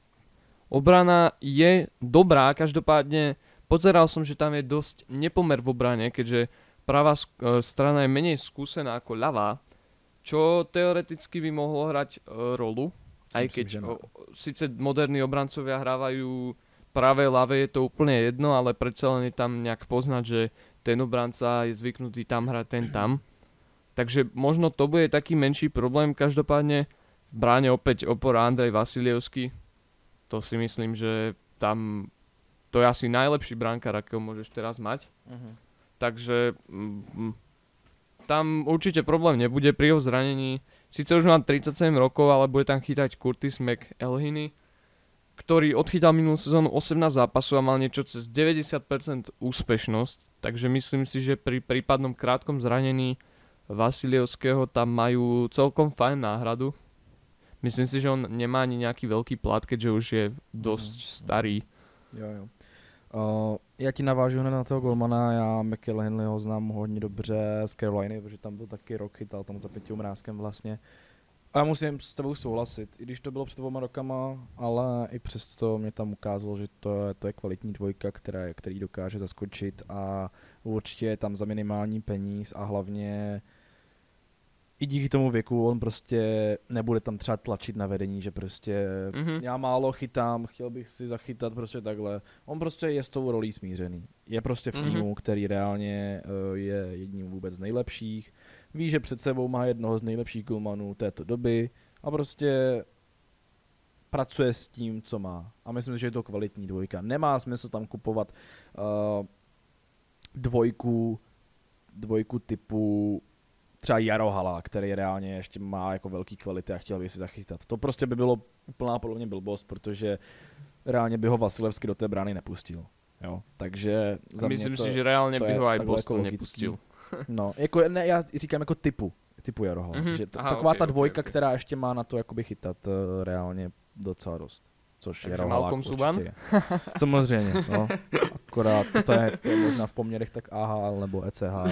obrana je dobrá. Každopádne pozeral som, že tam je dosť nepomer v obrane, keďže pravá strana je menej skúsená ako ľavá, čo teoreticky by mohlo hrať e, rolu, aj keď o, síce moderní obrancovia hrávajú pravé, ľavé, je to úplne jedno, ale predsa len je tam nejak poznať, že ten obranca je zvyknutý tam hrať, ten tam. Takže možno to bude taký menší problém. Každopádne v bráne opäť opora Andrej Vasilievský. To si myslím, že tam to je asi najlepší brankár, akého môžeš teraz mať. Uh-huh. Takže mm, tam určite problém nebude pri jeho zranení. Sice už má tridsaťsedem rokov, ale bude tam chytať Curtis McElhinney, ktorý odchytal minulú sezónu osemnásť zápasov a mal niečo cez deväťdesiat percent úspešnosť. Takže myslím si, že pri prípadnom krátkom zranení Vasilievského tam majú celkom fajn náhradu. Myslím si, že on nemá ani nejaký veľký plat, keďže už je dosť mm. starý. Jo, jo. Uh, já ti navážu hned na toho golmana, já McElhinneyho znám hodně dobře z Caroliny, protože tam byl taky rok, chytal tam za pěti umrázkem vlastně. A já musím s tebou souhlasit, i když to bylo před dvouma rokama, ale i přesto mě tam ukázalo, že to je, to je kvalitní dvojka, která, který dokáže zaskočit a určitě je tam za minimální peníz a hlavně i díky tomu věku on prostě nebude tam třeba tlačit na vedení, že prostě mm-hmm. já málo chytám, chtěl bych si zachytat prostě takhle. On prostě je s tou rolí smířený. Je prostě v týmu, mm-hmm. který reálně uh, je jedním vůbec z nejlepších. Ví, že před sebou má jednoho z nejlepších golmanů této doby a prostě pracuje s tím, co má. A myslím si, že je to kvalitní dvojka. Nemá smysl tam kupovat uh, dvojku, dvojku typu třeba Jarohala, který reálně ještě má jako velký kvality a chtěl by si zachytat. To prostě by bylo úplná podle mě blbost, protože reálně by ho Vasilevský do té brány nepustil. Jo? Takže za Myslím mě to, si, že reálně by ho aj Boston jako nepustil. No, jako, ne, já říkám jako typu, typu Jarohala. Mm-hmm. Že t- Aha, taková okay, ta dvojka, okay, okay. která ještě má na to jakoby chytat uh, reálně docela dost. Což je Malcolm Subban? Samozřejmě, no. Akorát to je, to je možná v poměrech tak A H L nebo E C H L.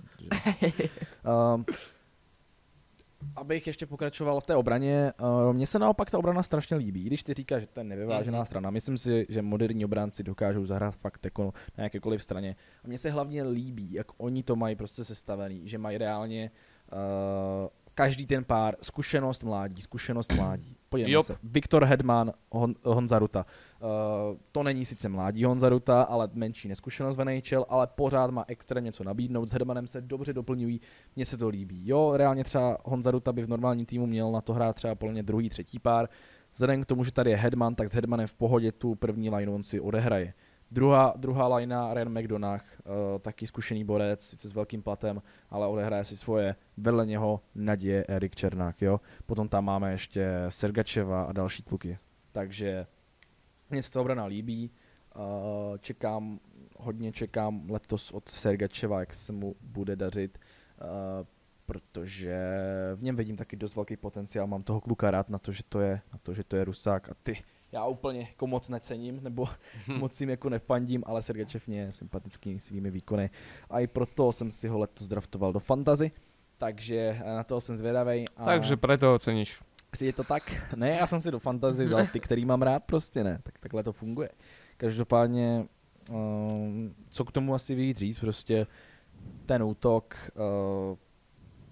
um, abych ještě pokračoval v té obraně, uh, mně se naopak ta obrana strašně líbí, i když ty říkáš, že to je nevyvážená mm-hmm. strana. Myslím si, že moderní obránci dokážou zahrát fakt jako na jakékoliv straně. A mně se hlavně líbí, jak oni to mají prostě sestavený, že mají reálně uh, každý ten pár zkušenost mládí, zkušenost mládí. Podívejme se. Viktor Hedman, Hon, Honza Ruta. Uh, to není sice mládí Honza Ruta, ale menší neskušenost v N H L, ale pořád má extrémně co nabídnout. S Hedmanem se dobře doplňují, mně se to líbí. Jo, reálně třeba Honza Ruta by v normálním týmu měl na to hrát třeba podle mě druhý, třetí pár. Vzhledem k tomu, že tady je Hedman, tak s Hedmanem v pohodě tu první line on si odehraje. Druhá, druhá lajna, Ryan McDonagh, uh, taky zkušený borec, sice s velkým platem, ale odehraje si svoje. Vedle něho naděje Erik Černák, jo. Potom tam máme ještě Sergačeva a další kluky. Takže mně se ta obrana líbí. Uh, čekám, hodně čekám letos od Sergačeva, jak se mu bude dařit, uh, protože v něm vidím taky dost velký potenciál. Mám toho kluka rád na to, že to je, na to, že to je Rusák a ty já úplně jako moc necením, nebo moc jim jako nefandím, ale Sergačev mě je sympatický svými výkony. A i proto jsem si ho letos draftoval do fantasy, takže na toho jsem zvědavej. A takže preto ho ceníš. Je to tak? Ne, já jsem si do fantasy vzal ty, který mám rád, prostě ne. Tak takhle to funguje. Každopádně, um, co k tomu asi víc říct, prostě ten útok, uh,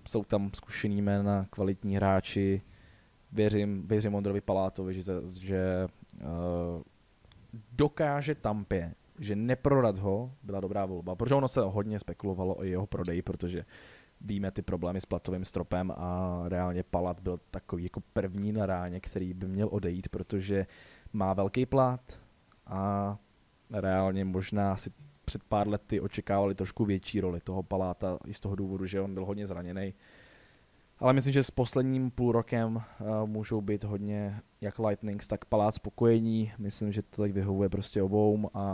jsou tam zkušený jména, kvalitní hráči. Věřím, věřím Ondrovi Palátovi, že, že uh, dokáže Tampě, že neprodat ho byla dobrá volba, protože ono se hodně spekulovalo o jeho prodeji, protože víme ty problémy s platovým stropem a reálně Palat byl takový jako první na ráně, který by měl odejít, protože má velký plat a reálně možná si před pár lety očekávali trošku větší roli toho Paláta i z toho důvodu, že on byl hodně zraněný. Ale myslím, že s posledním půl rokem uh, můžou být hodně jak Lightnings, tak Palát spokojení. Myslím, že to tak vyhovuje prostě obou a,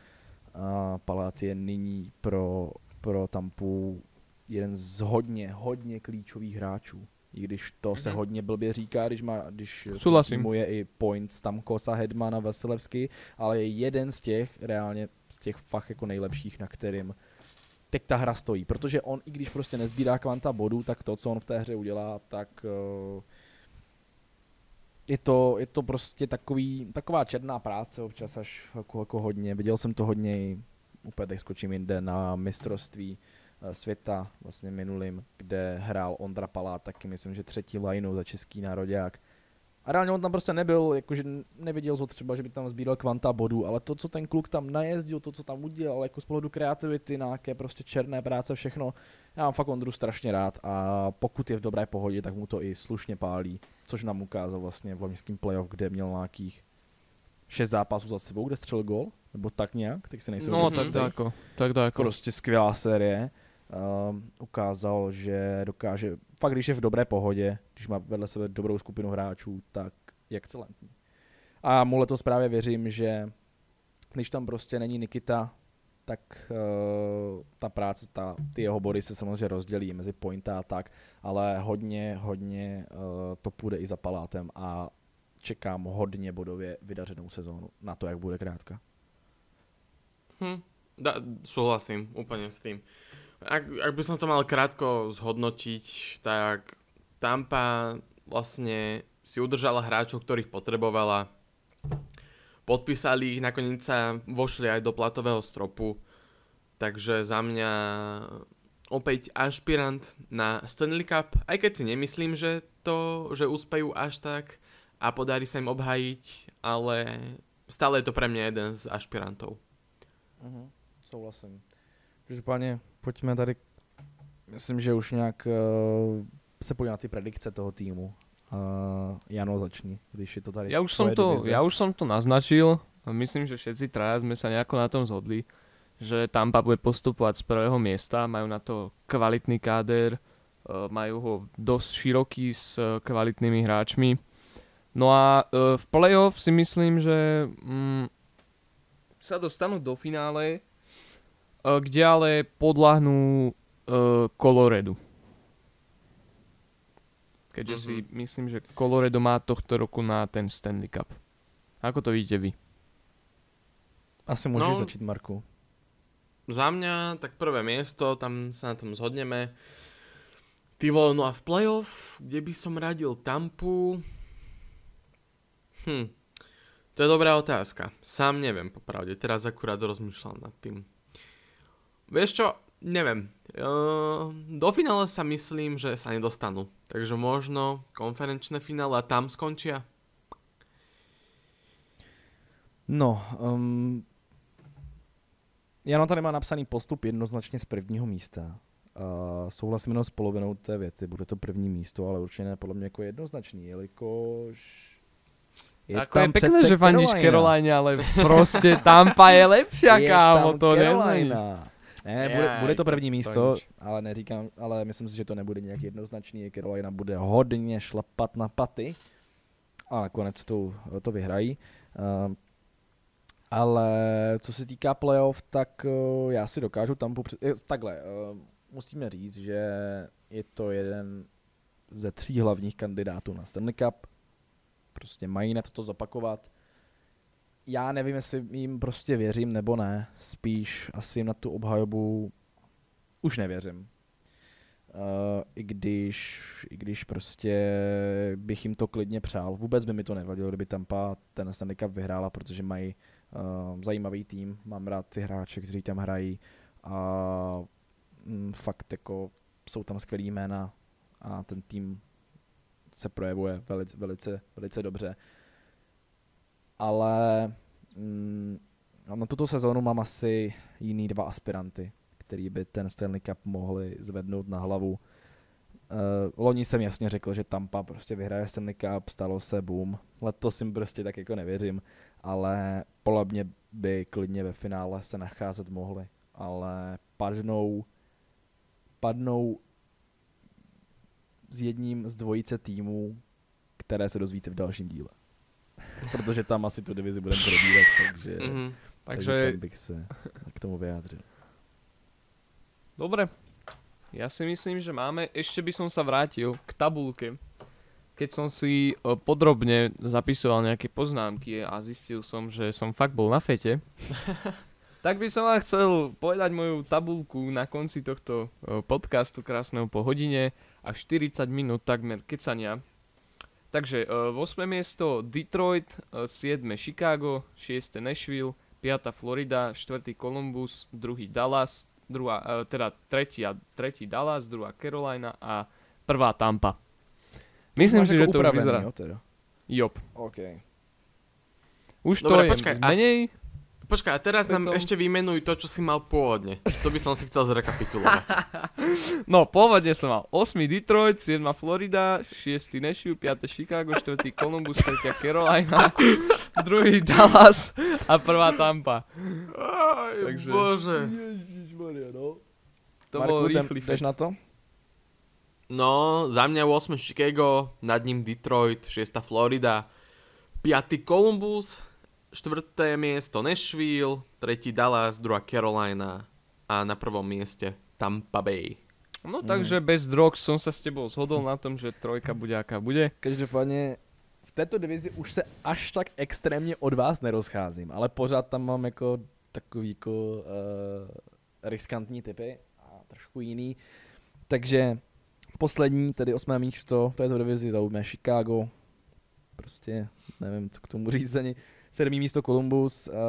a Palát je nyní pro, pro Tampu jeden z hodně, hodně klíčových hráčů. I když to se hodně blbě říká, když má, když mu je i Point, Stamkos a Hedman a Vasilevský, ale je jeden z těch, reálně z těch fakt jako nejlepších, na kterým teď ta hra stojí, protože on, i když prostě nezbírá kvanta bodů, tak to, co on v té hře udělá, tak uh, je, to, je to prostě takový, taková černá práce občas až jako, jako hodně. Viděl jsem to hodně, úplně teď skočím jinde, na mistrovství uh, světa vlastně minulým, kde hrál Ondra Palát, taky myslím, že třetí lineu za český nároďák. A reálně on tam prostě nebyl, jakože neviděl to třeba, že by tam sbíral kvanta bodů, ale to, co ten kluk tam najezdil, to, co tam udělal, jako z pohledu kreativity, nějaké prostě černé práce, všechno, já mám fakt Ondru strašně rád a pokud je v dobré pohodě, tak mu to i slušně pálí, což nám ukázal vlastně v loňském playoff, kde měl nějakých šest zápasů za sebou, kde střelil gól, nebo tak nějak, tak si nejsem No, tak tako, tak tako. Prostě skvělá série. Um, ukázal, že dokáže, fakt když je v dobré pohodě, když má vedle sebe dobrou skupinu hráčů, tak je excelentní. A mu letos právě věřím, že když tam prostě není Nikita, tak uh, ta práce, ta, ty jeho body se samozřejmě rozdělí mezi Pointa a tak, ale hodně, hodně uh, to půjde i za Palátem a čekám hodně bodově vydařenou sezónu na to, jak bude krátka. Hm, da, súhlasím úplne s tým. Ak, ak by som to mal krátko zhodnotiť, tak Tampa vlastne si udržala hráčov, ktorých potrebovala. Podpísali ich, nakoniec sa vošli aj do platového stropu. Takže za mňa opäť ašpirant na Stanley Cup, aj keď si nemyslím, že to, že úspejú až tak a podarí sa im obhajiť, ale stále je to pre mňa jeden z ašpirantov. Mhm, souhlasím. Každopádně pojďme tady, myslím, že už nějak uh, se podívat na ty predikce toho týmu. Uh, Jano, začni, když je to tady. Ja už som to, ja už som to naznačil, myslím, že všetci traja sme sa nejako na tom zhodli, že Tampa bude postupovať z prvého miesta, majú na to kvalitný káder, uh, majú ho dosť široký s uh, kvalitnými hráčmi. No a uh, v playoff si myslím, že um, sa dostanú do finále, kde ale podľahnú uh, Coloredu. Keďže mm-hmm. si myslím, že Colorado má tohto roku na ten Stanley Cup. Ako to vidíte vy? Asi môžeš no, začít, Marku. Za mňa, tak prvé miesto, tam sa na tom zhodneme. Ty vole, no a v playoff, kde by som radil Tampu? Hm, to je dobrá otázka. Sám neviem, popravde. Teraz akurát rozmýšľam nad tým. Vieš čo, neviem. Uh, do finále sa myslím, že sa nedostanú. Takže možno konferenčné finále a tam skončia. No, um, Jano tady má napsaný postup jednoznačně z prvního místa. Uh, souhlasím jenom s polovinou té věty, bude to první místo, ale určitě ne podle mě jako jednoznačný, jelikož je Ako tam je pekné, že fandíš Caroline, ale prostě Tampa je lepšia, kámo, to neznamená. Ne, bude, bude to první místo, ale neříkám, ale myslím si, že to nebude nějak jednoznačný. Carolina bude hodně šlapat na paty a nakonec to, to vyhrají. Uh, ale co se týká playoff, tak uh, já si dokážu Tampu před... Takhle, uh, musíme říct, že je to jeden ze tří hlavních kandidátů na Stanley Cup. Prostě mají na to zopakovat. Já nevím, jestli jim prostě věřím nebo ne. Spíš asi jim na tu obhajobu už nevěřím. Uh, i, když, I když prostě bych jim to klidně přál. Vůbec by mi to nevadilo, kdyby Tampa ten Stanley Cup vyhrála, protože mají uh, zajímavý tým. Mám rád ty hráče, kteří tam hrají. A mm, fakt jako jsou tam skvělý jména. a ten tým se projevuje velice, velice, velice dobře. Ale mm, na tuto sezónu mám asi jiný dva aspiranty, který by ten Stanley Cup mohli zvednout na hlavu. Uh, loni jsem jasně řekl, že Tampa prostě vyhraje Stanley Cup, stalo se, boom. Letos jim prostě tak jako nevěřím, ale podle mě by klidně ve finále se nacházet mohli. Ale padnou, padnou s jedním z dvojice týmů, které se dozvíte v dalším díle. Protože tam asi tu divizi budeme probírat, takže, mm-hmm. takže tak bych se k tomu vyjádřil. Dobre. Ja si myslím, že máme. Ešte by som sa vrátil k tabulke. Keď som si podrobne zapisoval nejaké poznámky a zistil som, že som fakt bol na fete, tak by som vám chcel povedať moju tabulku na konci tohto podcastu krásneho po hodine a štyridsať minút takmer kecania. Takže ôsme miesto Detroit, siedme Chicago, šieste Nashville, piata Florida, štvrtý Columbus, druhý Dallas, druhá, teda tretí, tretí Dallas, druhá Carolina a prvá Tampa. Myslím si, že to už vyzerá. Teda. Jop. OK. Už Dobre, to počkaj, je menej. Počkaj, a teraz nám Preto... ešte vymenuj to, čo si mal pôvodne. To by som si chcel zrekapitulovať. No, pôvodne som mal ôsmy Detroit, siedma Florida, šiesty Nashville, piate Chicago, štvrtý Columbus, tretia Carolina, druhý Dallas a prvá Tampa. Aj, Takže... bože. Ježišmaria, no. To Marku, bol rýchly jdeš fakt. na to? No, za mňa ôsme Chicago, nad ním Detroit, šiesta Florida, piaty Columbus, štvrté miesto Nashville, tretí Dallas, druhá Carolina a na prvom mieste Tampa Bay. No takže mm. bez drog som sa s tebou zhodol na tom, že trojka bude aká bude. Každopádně v této divizi už se až tak extrémně od vás nerozcházím, ale pořád tam mám jako takový jako uh, riskantní typy a trošku jiný. Takže poslední, tedy osmé místo v této divizi zaujme Chicago. Prostě nevím, co k tomu říct ani. Sedmý místo Columbus, uh,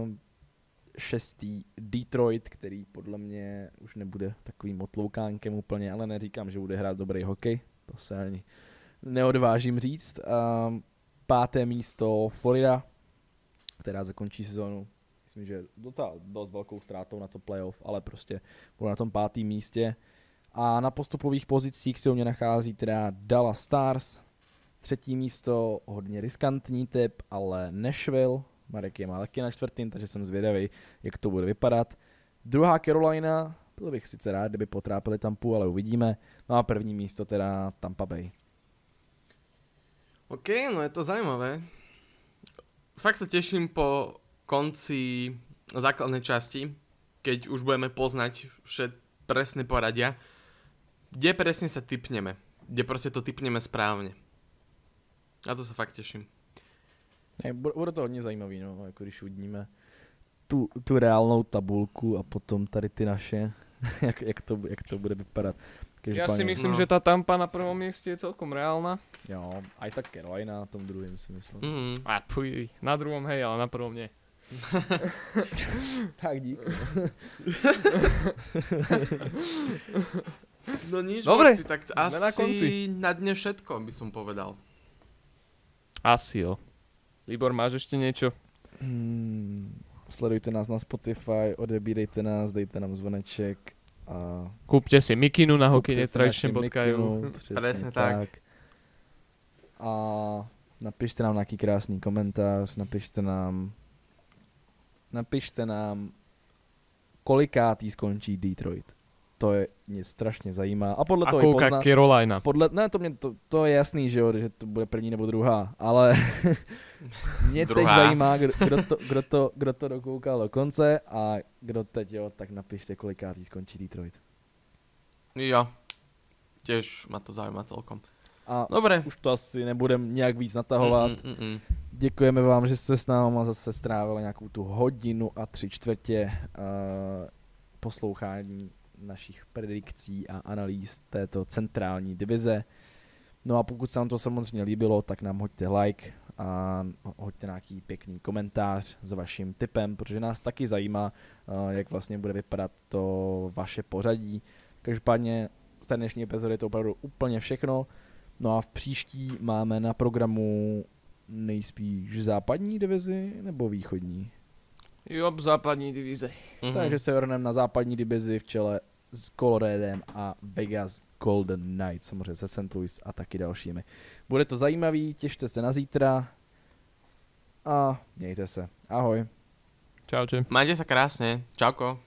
šestý Detroit, který podle mě už nebude takovým otloukánkem úplně, ale neříkám, že bude hrát dobrý hokej, to se ani neodvážím říct. Uh, páté místo Florida, která zakončí sezónu, myslím, že docela dost velkou ztrátou na to playoff, ale prostě bude na tom pátém místě. A na postupových pozicích se u mě nachází teda Dallas Stars, třetí místo, hodně riskantní typ, ale Nashville, Marek je má taky na čtvrtým, takže jsem zvědavý, jak to bude vypadat. Druhá Carolina, byl bych sice rád, kdyby potrápili Tampu, ale uvidíme. No a první místo teda Tampa Bay. OK, no je to zaujímavé. Fakt sa teším po konci základnej časti, keď už budeme poznať všet presné poradia, kde presne sa tipneme, kde proste to tipneme správne. A to se fakt těším. Ne, bude to hodně zajímavý, no, jako když uvidíme tu, tu reálnou tabulku a potom tady ty naše, jak, jak, to, jak to bude vypadat. Každopádně, já si myslím, no. že ta Tampa na prvom místě je celkom reálna. Jo, aj tak Carolina na tom druhém si myslím. Mm. A puj, na druhom hej, ale na prvom nie. Tak dík. No nič, dobre, borci, tak asi na, konci. Na dne všetko by som povedal. Asi jo. Libor, máš ešte niečo? Hmm, sledujte nás na Spotify, odebírejte nás, dejte nám zvoneček. A kúpte si mikinu na hockeynetradične bodka e u. Presne tak. tak. A napište nám nějaký krásný komentář, napište nám napište nám kolikátý skončí Detroit. To je mě strašně zajímá. A podle a toho i pozná... Carolina. Podle, ne, to, mě, to, to je jasný, že jo, že to bude první nebo druhá, ale mě druhá. teď zajímá, kdo, kdo, to, kdo, to, kdo to dokoukal do konce a kdo teď, jo, tak napište, kolikátý skončí Detroit. Jo, těž má to zajímá celkom. A dobre. Už to asi nebudem nějak víc natahovat. Mm, mm, mm. Děkujeme vám, že jste s náma zase strávili nějakou tu hodinu a tři čtvrtě uh, poslouchání našich predikcí a analýz této centrální divize. No a pokud se vám to samozřejmě líbilo, tak nám hoďte like a hoďte nějaký pěkný komentář s vaším tipem, protože nás taky zajímá, jak vlastně bude vypadat to vaše pořadí. Každopádně z té dnešní epizody je to opravdu úplně všechno. No a v příští máme na programu nejspíš západní divizi nebo východní. Jo, západní divize. Mm-hmm. Takže se vrhneme na západní divizi v čele s Coloradem a Vegas Golden Knights, samozřejmě se Saint Louis a taky dalšími. Bude to zajímavý, těšte se na zítra a mějte se. Ahoj. Čaute. Majte sa krásne. Čauko.